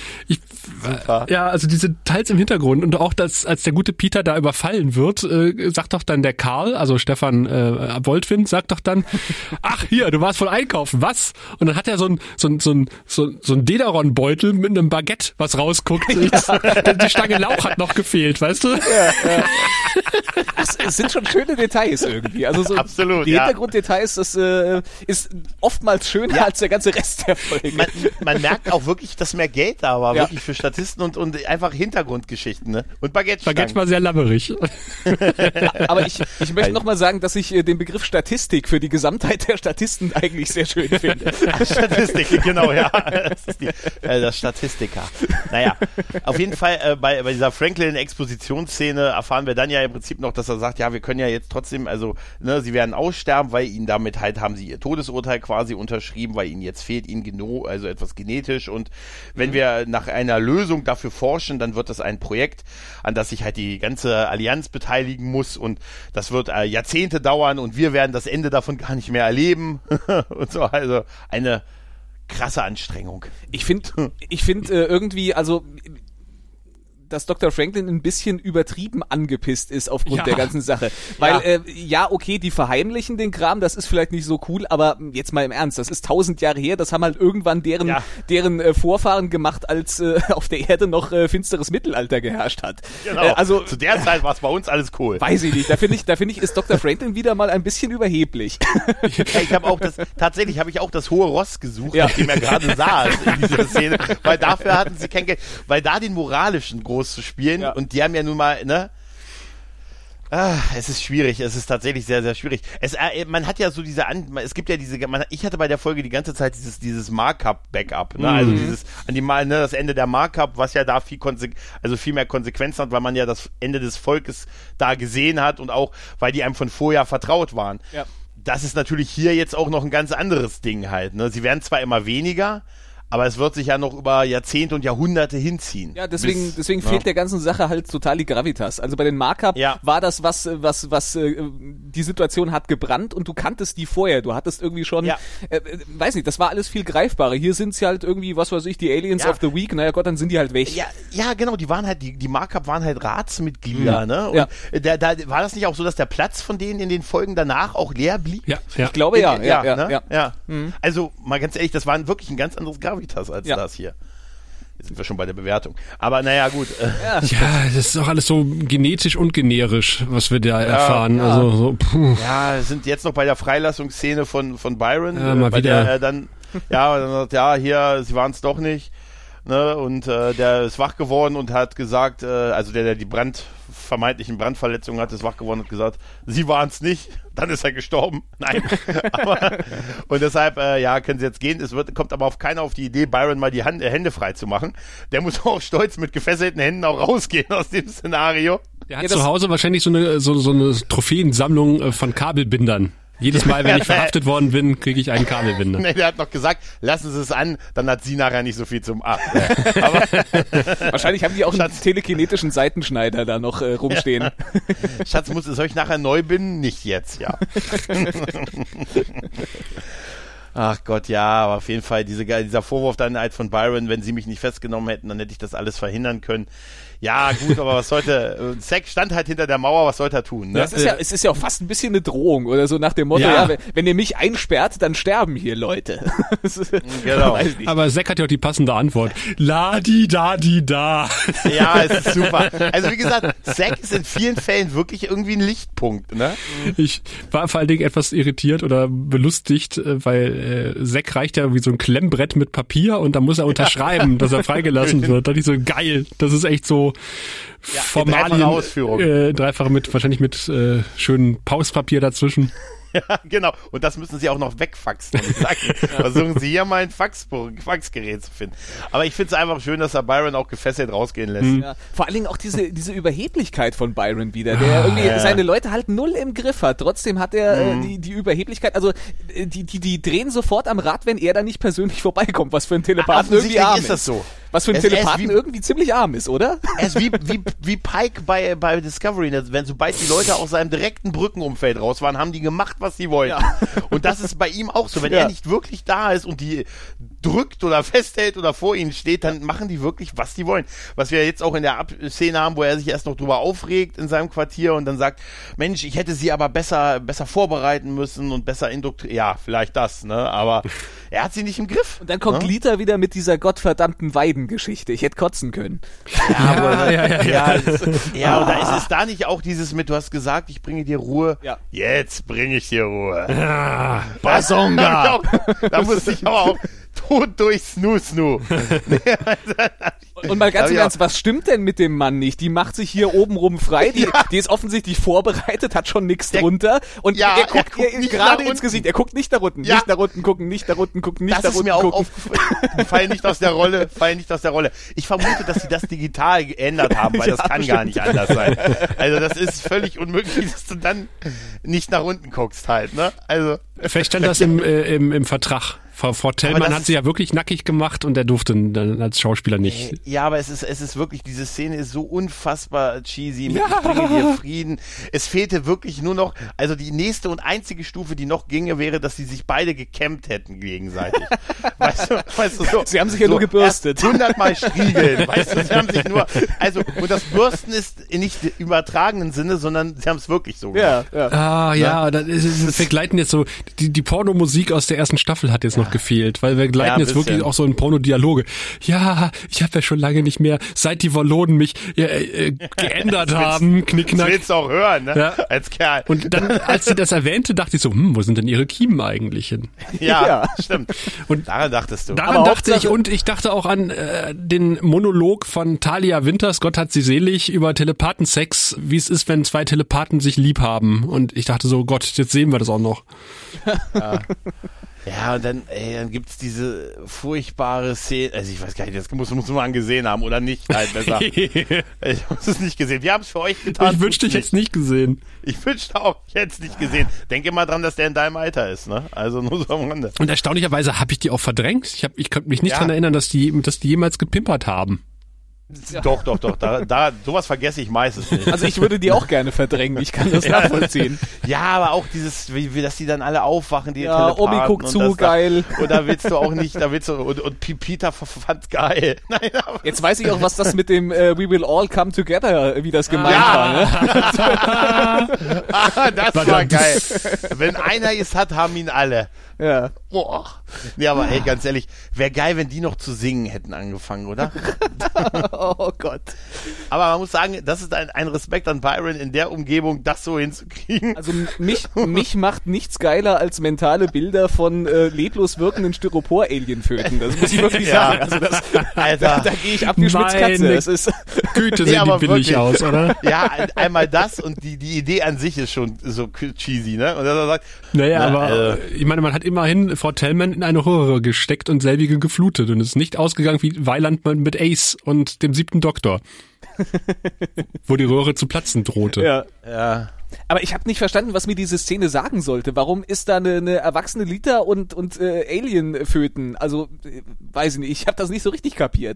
Ja, also diese Details im Hintergrund und auch das, als der gute Peter da überfallen wird, sagt doch dann der Karl, also Stefan Woltwind, sagt doch dann, ach hier, du warst voll einkaufen, was? Und dann hat er so ein Dederon-Beutel mit einem Baguette, was rausguckt. Die Stange Lauch hat noch gefehlt, weißt du? Ja. Es sind schon schöne Details irgendwie. Also so absolut, die Hintergrunddetails, das ist oftmals schöner als der ganze Rest der Folge. Man merkt auch wirklich, dass mehr Geld da war, wirklich für Statisten und einfach Hintergrundgeschichten. Ne? Und Baguette war sehr labberig. Aber ich möchte nochmal sagen, dass ich den Begriff Statistik für die Gesamtheit der Statisten eigentlich sehr schön finde. Statistik, genau, ja. Das ist das Statistiker. Naja, auf jeden Fall bei dieser Franklin-Expositionsszene erfahren wir dann ja im Prinzip noch, dass er sagt, ja, wir können ja jetzt trotzdem, also sie werden aussterben, weil ihnen damit halt haben sie ihr Todesurteil quasi unterschrieben, weil ihnen jetzt fehlt ihnen also etwas genetisch und wenn wir nach einer Lösung dafür forschen, dann wird das ein Projekt, an das sich halt die ganze Allianz beteiligen muss und das wird Jahrzehnte dauern und wir werden das Ende davon gar nicht mehr erleben und so, also eine krasse Anstrengung. Ich finde irgendwie, also dass Dr. Franklin ein bisschen übertrieben angepisst ist aufgrund der ganzen Sache. Weil, okay, die verheimlichen den Kram, das ist vielleicht nicht so cool, aber jetzt mal im Ernst, das ist 1000 Jahre her, das haben halt irgendwann deren Vorfahren gemacht, als auf der Erde noch finsteres Mittelalter geherrscht hat. Genau, also zu der Zeit war es bei uns alles cool. Weiß ich nicht, da finde ich, ist Dr. Franklin wieder mal ein bisschen überheblich. Ich habe auch tatsächlich habe ich auch das hohe Ross gesucht, auf dem er gerade saß in dieser Szene, weil dafür hatten sie kein Geld, weil da den moralischen groß zu spielen und die haben ja nun mal, es ist schwierig, es ist tatsächlich sehr, sehr schwierig. Man hat ja so ich hatte bei der Folge die ganze Zeit dieses Markup-Backup, also dieses, das Ende der Markup, was ja da viel mehr Konsequenzen hat, weil man ja das Ende des Volkes da gesehen hat und auch, weil die einem von vorher vertraut waren. Ja. Das ist natürlich hier jetzt auch noch ein ganz anderes Ding halt, Sie werden zwar immer weniger, aber es wird sich ja noch über Jahrzehnte und Jahrhunderte hinziehen. Ja, deswegen fehlt der ganzen Sache halt total die Gravitas. Also bei den Markup war das was die Situation hat gebrannt und du kanntest die vorher. Du hattest irgendwie schon, weiß nicht, das war alles viel greifbarer. Hier sind sie halt irgendwie, was weiß ich, die Aliens of the Week. Naja Gott, dann sind die halt weg. Ja, genau, die waren halt, die Markup waren halt Ratsmitglieder, ne? Und da war das nicht auch so, dass der Platz von denen in den Folgen danach auch leer blieb? Ja. Ich glaube, ja. Also mal ganz ehrlich, das war wirklich ein ganz anderes Gravitas als das hier. Jetzt sind wir schon bei der Bewertung. Aber naja, gut. Ja, das ist doch alles so genetisch und generisch, was wir da erfahren. Ja. Also so, puh. Ja, wir sind jetzt noch bei der Freilassungsszene von Byron, mal bei wieder. der er dann sagt, hier, sie waren es doch nicht. Ne? Und der ist wach geworden und hat gesagt, also der die vermeintlichen Brandverletzungen hat, ist wach geworden und gesagt, sie waren es nicht. Dann ist er gestorben. Nein. Und deshalb, können sie jetzt gehen. Kommt aber keiner auf die Idee, Byron mal die Hände frei zu machen. Der muss auch stolz mit gefesselten Händen auch rausgehen aus dem Szenario. Der hat zu Hause wahrscheinlich so eine Trophäensammlung von Kabelbindern. Jedes Mal, wenn ich verhaftet worden bin, kriege ich einen Kabelbinder. Nee, der hat noch gesagt, lassen Sie es an, dann hat sie nachher nicht so viel zum Aber wahrscheinlich haben die auch einen telekinetischen Seitenschneider da noch rumstehen. Ja. Schatz, soll ich nachher neu binden? Nicht jetzt, ja. Ach Gott, ja, aber auf jeden Fall dieser Vorwurf dann halt von Byron, wenn sie mich nicht festgenommen hätten, dann hätte ich das alles verhindern können. Ja, gut, aber was sollte, Zack stand halt hinter der Mauer, was sollte er tun? Ne? Es ist ja auch fast ein bisschen eine Drohung oder so nach dem Motto, wenn ihr mich einsperrt, dann sterben hier Leute. Genau. Aber Zack hat ja auch die passende Antwort. La-di-da-di-da. Ja, es ist super. Also wie gesagt, Zack ist in vielen Fällen wirklich irgendwie ein Lichtpunkt, ne? Ich war vor allen Dingen etwas irritiert oder belustigt, weil Zack reicht ja wie so ein Klemmbrett mit Papier und da muss er unterschreiben, dass er freigelassen wird. Da dachte ich so, geil, das ist echt so Formalien, dreifach wahrscheinlich mit schönem Pauspapier dazwischen. Ja, genau. Und das müssen sie auch noch wegfaxen. Und versuchen sie hier mal ein Faxgerät zu finden. Aber ich finde es einfach schön, dass er Byron auch gefesselt rausgehen lässt. Ja. Vor allen Dingen auch diese Überheblichkeit von Byron wieder, der irgendwie seine Leute halt null im Griff hat. Trotzdem hat er die Überheblichkeit, also die drehen sofort am Rad, wenn er da nicht persönlich vorbeikommt, was für ein Telepathen irgendwie arm ist. Das so. Was für ein Telepathen irgendwie ziemlich arm ist, oder? Er ist wie Pike bei Discovery, wenn sobald die Leute aus seinem direkten Brückenumfeld raus waren, haben die gemacht, was sie wollten. Ja. Und das ist bei ihm auch so. Wenn er nicht wirklich da ist und die drückt oder festhält oder vor ihnen steht, dann machen die wirklich, was die wollen. Was wir jetzt auch in der Szene haben, wo er sich erst noch drüber aufregt in seinem Quartier und dann sagt, Mensch, ich hätte sie aber besser vorbereiten müssen und besser indoktrinieren. Ja, vielleicht das, ne? Aber er hat sie nicht im Griff. Und dann kommt Lita wieder mit dieser gottverdammten Weidengeschichte. Ich hätte kotzen können. Ja, oder ist da nicht auch dieses mit, du hast gesagt, ich bringe dir Ruhe. Ja. Jetzt bringe ich dir Ruhe. Ja, Basonga. Da muss ich aber auch tot durch Snoo. Und mal ganz im Ernst, was stimmt denn mit dem Mann nicht? Die macht sich hier obenrum frei, die ist offensichtlich vorbereitet, hat schon nichts drunter und er guckt ihr gerade ins Gesicht. Er guckt nicht da unten, nicht da unten gucken, nicht da unten gucken, nicht da unten gucken. Das ist mir auch aufgefallen. Fall nicht aus der Rolle. Ich vermute, dass sie das digital geändert haben, weil das kann gar nicht anders sein. Also das ist völlig unmöglich, dass du dann nicht nach unten guckst halt, ne? Also. Vielleicht stand das im Vertrag. Frau Tellmann hat sie ja wirklich nackig gemacht und er durfte dann als Schauspieler nicht. Ja, aber es ist wirklich, diese Szene ist so unfassbar cheesy mit Ich bringe dir Frieden. Es fehlte wirklich nur noch, also die nächste und einzige Stufe, die noch ginge, wäre, dass sie sich beide gekämmt hätten gegenseitig. Weißt du so. Sie haben sich ja nur gebürstet. 100-mal striegeln, weißt du, sie haben sich nur, und das Bürsten ist nicht im übertragenen Sinne, sondern sie haben es wirklich so gemacht. Wir gleiten jetzt so, die Pornomusik aus der ersten Staffel hat jetzt noch gefehlt, weil wir gleiten jetzt wirklich auch so in Pornodialoge. Ja, ich habe ja schon lange nicht mehr, seit die Wallonen mich geändert haben, Knickknack. Das willst du auch hören, ne? Ja. Als Kerl. Und dann, als sie das erwähnte, dachte ich so, wo sind denn ihre Kiemen eigentlich hin? Ja, stimmt. Und daran dachtest du. Daran dachte ich, und ich dachte auch an den Monolog von Talia Winters, Gott hat sie selig, über Telepathensex, wie es ist, wenn zwei Telepathen sich lieb haben. Und ich dachte so, Gott, jetzt sehen wir das auch noch. Ja, und dann gibt's diese furchtbare Szene, also ich weiß gar nicht, das muss man angesehen haben oder nicht, halt besser. Ich muss es nicht gesehen. Wir haben es für euch getan. Ich wünschte, ich hätte es nicht gesehen. Ich wünschte auch, ich hätte es nicht gesehen. Denk immer dran, dass der in deinem Alter ist, ne? Also nur so am Rande. Und erstaunlicherweise habe ich die auch verdrängt. Ich könnte mich nicht dran erinnern, dass die jemals gepimpert haben. Doch. Sowas vergesse ich meistens nicht. Also ich würde die auch gerne verdrängen, ich kann das nachvollziehen. Ja, aber auch dieses, wie dass die dann alle aufwachen, die Ja, Telepathen. Omi guckt zu, geil. Und da willst du auch nicht, und Peter fand's geil. Nein, aber Jetzt weiß ich auch, was das mit dem We Will All Come Together, wie das gemeint war. Ne? Das war geil. Wenn einer es hat, haben ihn alle. Ja. Boah. Nee, aber ey, ganz ehrlich, wäre geil, wenn die noch zu singen hätten angefangen, oder? Oh Gott. Aber man muss sagen, das ist ein Respekt an Byron, in der Umgebung das so hinzukriegen. Also mich macht nichts geiler als mentale Bilder von leblos wirkenden Styropor-Alien-Föten. Das muss ich wirklich sagen. Also da gehe ich ab wie Schmitzkatze. Das ist Güte, sehen die billig wirklich aus, oder? Ja, einmal das und die Idee an sich ist schon so cheesy, ne? Und dass er sagt, naja, aber ich meine, man hat immerhin Frau Tellman in eine Röhre gesteckt und selbige geflutet und ist nicht ausgegangen wie Weiland mit Ace und dem 7. Doktor. Wo die Röhre zu platzen drohte. Ja. Aber ich habe nicht verstanden, was mir diese Szene sagen sollte. Warum ist da eine erwachsene Lita und Alien-Föten? Also, weiß ich nicht, ich habe das nicht so richtig kapiert.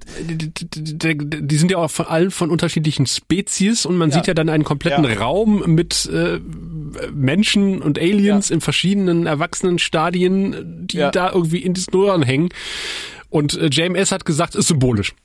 Die sind ja auch von unterschiedlichen Spezies und man sieht ja dann einen kompletten Raum mit Menschen und Aliens in verschiedenen Erwachsenenstadien, die da irgendwie in diesen Röhren hängen. Und JMS hat gesagt, ist symbolisch.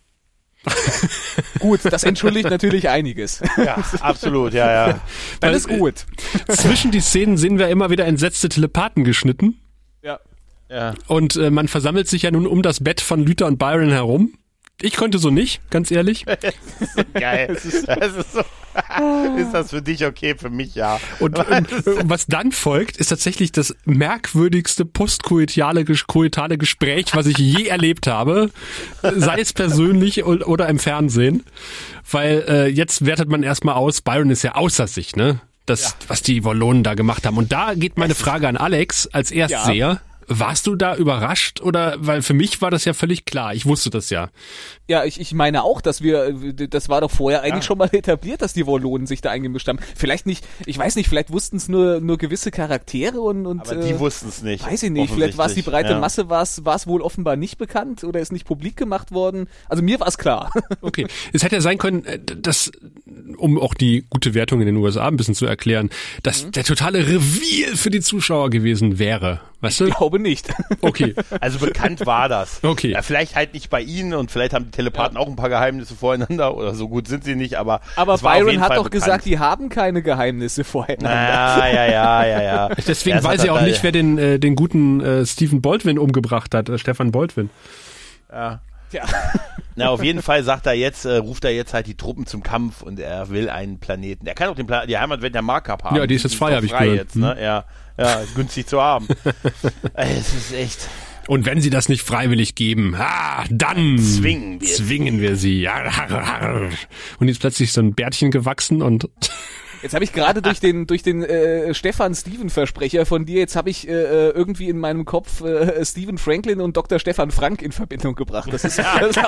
Gut, das entschuldigt natürlich einiges. Ja, absolut, ja. Dann ist gut. Zwischen die Szenen sehen wir immer wieder entsetzte Telepathen geschnitten. Ja. Und man versammelt sich ja nun um das Bett von Luther und Byron herum. Ich konnte so nicht, ganz ehrlich. Das ist so geil. Das ist so. Ist das für dich okay? Für mich ja. Und was dann folgt, ist tatsächlich das merkwürdigste postkoitale Gespräch, was ich je erlebt habe. Sei es persönlich oder im Fernsehen. Weil jetzt wertet man erstmal aus, Byron ist ja außer sich, ne? Was die Wallonen da gemacht haben. Und da geht meine Frage an Alex als Erstseher. Warst du da überrascht oder, weil für mich war das ja völlig klar, ich wusste das ja. Ja, ich meine auch, das war doch vorher eigentlich schon mal etabliert, dass die Wallonen sich da eingemischt haben. Vielleicht nicht, ich weiß nicht, vielleicht wussten es nur gewisse Charaktere und aber die wussten es nicht. Weiß ich nicht, vielleicht war es die breite Masse, war es wohl offenbar nicht bekannt oder ist nicht publik gemacht worden. Also mir war es klar. Okay, es hätte ja sein können, dass, um auch die gute Wertung in den USA ein bisschen zu erklären, dass der totale Reveal für die Zuschauer gewesen wäre. Weißt du? Ich glaube nicht. Okay. Also bekannt war das. Okay. Ja, vielleicht halt nicht bei Ihnen und vielleicht haben die Telepathen auch ein paar Geheimnisse voreinander oder so gut sind sie nicht, aber Byron hat doch gesagt, die haben keine Geheimnisse voreinander. Ja. Deswegen weiß ich auch nicht, wer den guten Stephen Baldwin umgebracht hat, Stefan Baldwin. Ja. Na, auf jeden Fall ruft er jetzt halt die Truppen zum Kampf und er will einen Planeten. Er kann auch die Heimat der Markup haben. Ja, die ist jetzt frei, habe ich gehört. Jetzt, ne? Ja, günstig zu haben. Es ist echt. Und wenn sie das nicht freiwillig geben, dann zwingen wir sie. Und jetzt plötzlich so ein Bärtchen gewachsen und Jetzt habe ich gerade durch den Stefan-Steven-Versprecher von dir, jetzt habe ich irgendwie in meinem Kopf Stephen Franklin und Dr. Stefan Frank in Verbindung gebracht. Das ist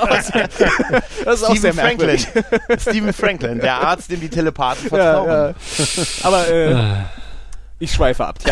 auch sehr merkwürdig. Stephen Franklin, der Arzt, dem die Telepathen vertrauen. Ja. Aber ich schweife ab.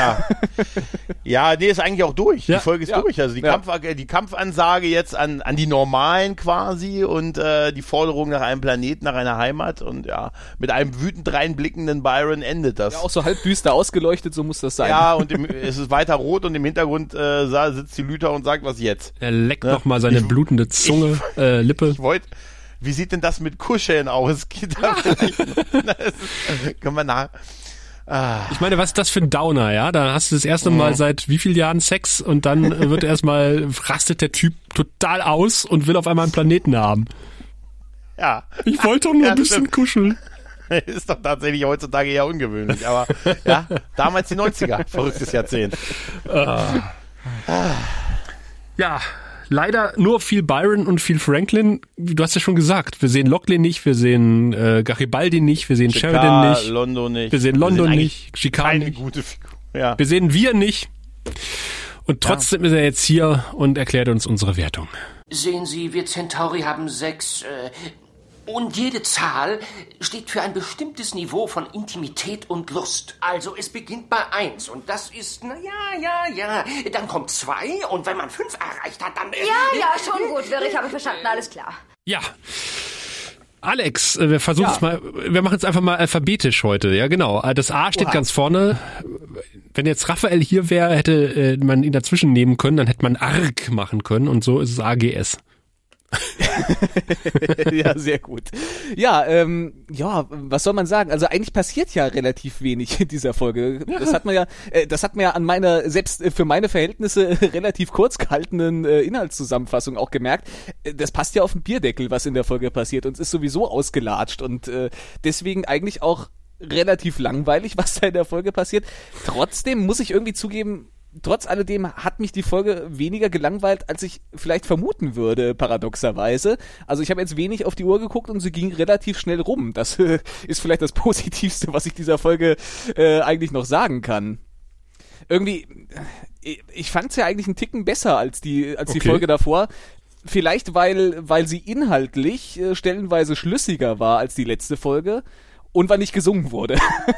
Ja, nee, ist eigentlich auch durch. Die Folge ist durch. Also die Kampfansage jetzt an die Normalen quasi und die Forderung nach einem Planeten, nach einer Heimat und mit einem wütend reinblickenden Byron endet das. Ja, auch so halb düster ausgeleuchtet, so muss das sein. Ja, und es ist weiter rot und im Hintergrund sitzt die Luther und sagt, was jetzt? Er leckt noch mal seine blutende Zunge, Lippe. Wie sieht denn das mit Kuscheln aus? Geht da vielleicht können wir nach... Ich meine, was ist das für ein Downer, ja? Da hast du das erste Mal seit wie vielen Jahren Sex und dann rastet der Typ total aus und will auf einmal einen Planeten haben. Ja. Ich wollte doch nur ein bisschen kuscheln. Ist doch tatsächlich heutzutage eher ungewöhnlich, aber damals die 90er, verrücktes Jahrzehnt. Ja. Leider nur viel Byron und viel Franklin. Du hast ja schon gesagt, wir sehen Lockley nicht, wir sehen Garibaldi nicht, wir sehen Sheridan nicht. London nicht. Wir sehen London nicht, Chicago nicht. Gute Figur. Ja. Wir sehen wir nicht. Und trotzdem ist er jetzt hier und erklärt uns unsere Wertung. Sehen Sie, wir Centauri haben 6... Und jede Zahl steht für ein bestimmtes Niveau von Intimität und Lust. Also es beginnt bei 1 und das ist, ja. Dann kommt 2 und wenn man 5 erreicht hat, dann... Ja, schon gut, ich habe verstanden, alles klar. Ja. Alex, wir versuchen es mal, wir machen es einfach mal alphabetisch heute, ja genau. Das A steht ganz vorne. Wenn jetzt Raphael hier wäre, hätte man ihn dazwischen nehmen können, dann hätte man ARG machen können und so ist es AGS. Ja, sehr gut. Ja, was soll man sagen? Also eigentlich passiert ja relativ wenig in dieser Folge. Ja. Das hat man ja an meiner, selbst für meine Verhältnisse, relativ kurz gehaltenen Inhaltszusammenfassung auch gemerkt. Das passt ja auf den Bierdeckel, was in der Folge passiert, und es ist sowieso ausgelatscht und deswegen eigentlich auch relativ langweilig, was da in der Folge passiert. Trotzdem muss ich irgendwie zugeben, trotz alledem hat mich die Folge weniger gelangweilt, als ich vielleicht vermuten würde, paradoxerweise. Also ich habe jetzt wenig auf die Uhr geguckt und sie ging relativ schnell rum. Das ist vielleicht das Positivste, was ich dieser Folge eigentlich noch sagen kann. Irgendwie, ich fand es ja eigentlich einen Ticken besser als die Folge davor. Vielleicht, weil sie inhaltlich stellenweise schlüssiger war als die letzte Folge. Und weil nicht gesungen wurde.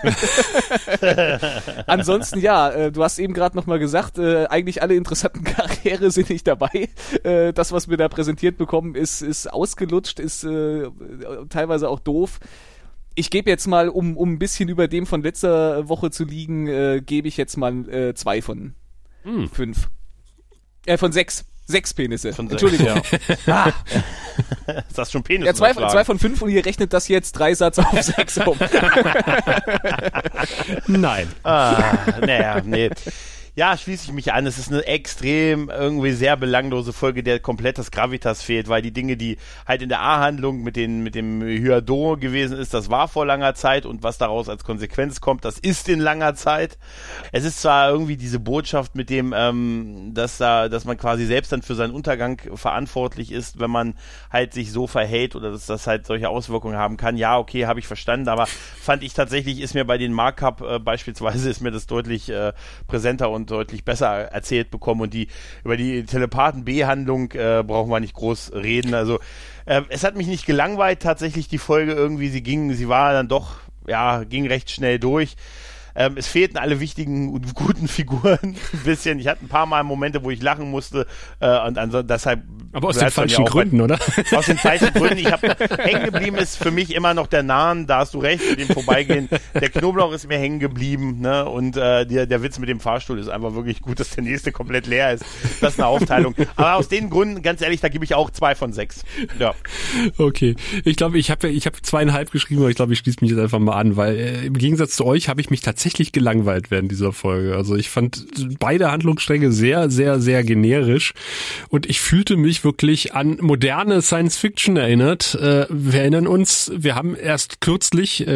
Ansonsten, du hast eben gerade nochmal gesagt, eigentlich alle interessanten Charaktere sind nicht dabei. Das, was wir da präsentiert bekommen, ist ausgelutscht, ist teilweise auch doof. Ich gebe jetzt mal, um ein bisschen über dem von letzter Woche zu liegen, gebe ich jetzt mal 2 von 5. Von 6. 6 Penisse. Entschuldigung. Ja. Ist das schon Penis? Ja, 2 von 5 und ihr rechnet das jetzt 3 Satz auf 6 um. Nein. Nee. Ja, schließe ich mich an. Es ist eine extrem irgendwie sehr belanglose Folge, der komplett das Gravitas fehlt, weil die Dinge, die halt in der A-Handlung mit dem Hyadon gewesen ist, das war vor langer Zeit, und was daraus als Konsequenz kommt, das ist in langer Zeit. Es ist zwar irgendwie diese Botschaft mit dem, dass man quasi selbst dann für seinen Untergang verantwortlich ist, wenn man halt sich so verhält, oder dass das halt solche Auswirkungen haben kann. Ja, okay, habe ich verstanden, aber fand ich tatsächlich, ist mir bei den Markup beispielsweise, ist mir das deutlich präsenter und deutlich besser erzählt bekommen, und über die Telepathen-B-Handlung brauchen wir nicht groß reden. Also es hat mich nicht gelangweilt, tatsächlich die Folge irgendwie, sie war dann doch, ging recht schnell durch. Es fehlten alle wichtigen und guten Figuren ein bisschen. Ich hatte ein paar Mal Momente, wo ich lachen musste, und deshalb. Aber aus den falschen Gründen, oder? Aus den falschen Gründen. Hängen geblieben ist für mich immer noch der Nahen, da hast du recht, mit dem Vorbeigehen. Der Knoblauch ist mir hängen geblieben, ne? Und der Witz mit dem Fahrstuhl ist einfach wirklich gut, dass der nächste komplett leer ist. Das ist eine Aufteilung. Aber aus den Gründen, ganz ehrlich, da gebe ich auch 2 von 6. Ja. Okay. Ich glaube, ich habe 2,5 geschrieben, aber ich glaube, ich schließe mich jetzt einfach mal an, weil im Gegensatz zu euch habe ich mich tatsächlich gelangweilt während dieser Folge. Also ich fand beide Handlungsstränge sehr, sehr, sehr generisch, und ich fühlte mich wirklich an moderne Science-Fiction erinnert. Wir erinnern uns, wir haben erst kürzlich, ich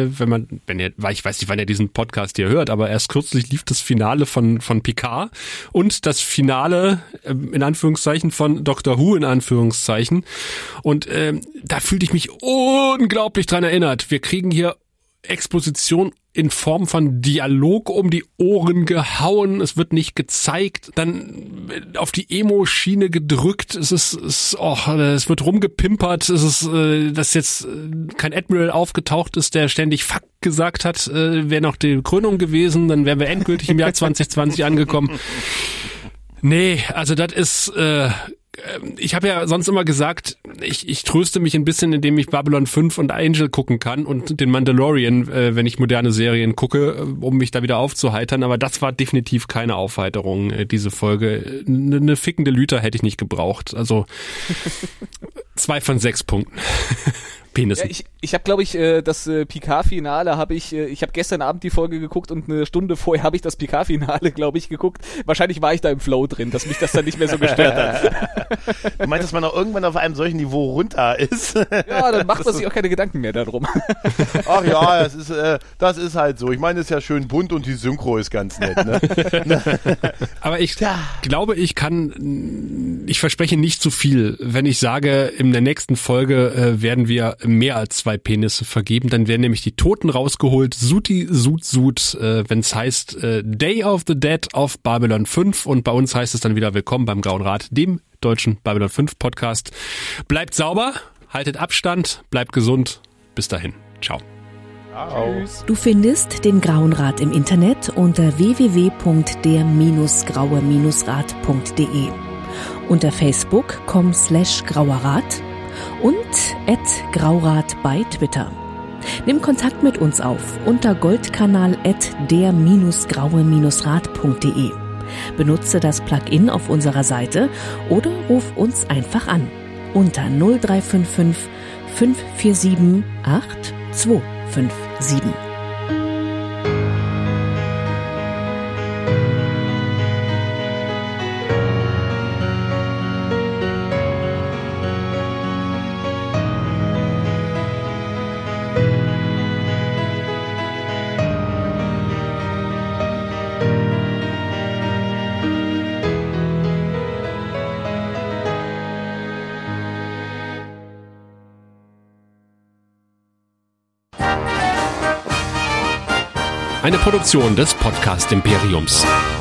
weiß nicht, wann ihr diesen Podcast hier hört, aber erst kürzlich lief das Finale von Picard und das Finale in Anführungszeichen von Doctor Who in Anführungszeichen, und da fühlte ich mich unglaublich dran erinnert. Wir kriegen hier Exposition in Form von Dialog um die Ohren gehauen, es wird nicht gezeigt, dann auf die Emo-Schiene gedrückt, es wird rumgepimpert, es ist, dass jetzt kein Admiral aufgetaucht ist, der ständig Fuck gesagt hat, wäre noch die Krönung gewesen, dann wären wir endgültig im Jahr 2020 angekommen. Nee, also das ist, ich habe ja sonst immer gesagt, ich tröste mich ein bisschen, indem ich Babylon 5 und Angel gucken kann und den Mandalorian, wenn ich moderne Serien gucke, um mich da wieder aufzuheitern. Aber das war definitiv keine Aufheiterung, diese Folge. Eine fickende Lüter hätte ich nicht gebraucht. Also 2 von 6 Punkten. Penissen. Ja, ich habe, glaube ich, das Picard-Finale ich habe gestern Abend die Folge geguckt und eine Stunde vorher habe ich das Picard-Finale, glaube ich, geguckt. Wahrscheinlich war ich da im Flow drin, dass mich das dann nicht mehr so gestört hat. Du meinst, dass man auch irgendwann auf einem solchen Niveau runter ist? Ja, dann macht man sich auch keine Gedanken mehr darum. Ach ja, das ist halt so. Ich meine, es ist ja schön bunt und die Synchro ist ganz nett. Ne? Aber ich glaube, ich verspreche nicht zu viel, wenn ich sage, in der nächsten Folge werden wir mehr als 2 Penisse vergeben, dann werden nämlich die Toten rausgeholt, Suti, Sud, wenn es heißt Day of the Dead auf Babylon 5, und bei uns heißt es dann wieder Willkommen beim Grauen Rat, dem deutschen Babylon 5 Podcast. Bleibt sauber, haltet Abstand, bleibt gesund, bis dahin, ciao. Tschüss. Du findest den Grauen Rat im Internet unter www.der-graue-rat.de, unter Facebook.com/grauerrat und @Graurat bei Twitter. Nimm Kontakt mit uns auf unter goldkanal@der-graue-rat.de. Benutze das Plugin auf unserer Seite oder ruf uns einfach an unter 0355 547 8257. Eine Produktion des Podcast Imperiums.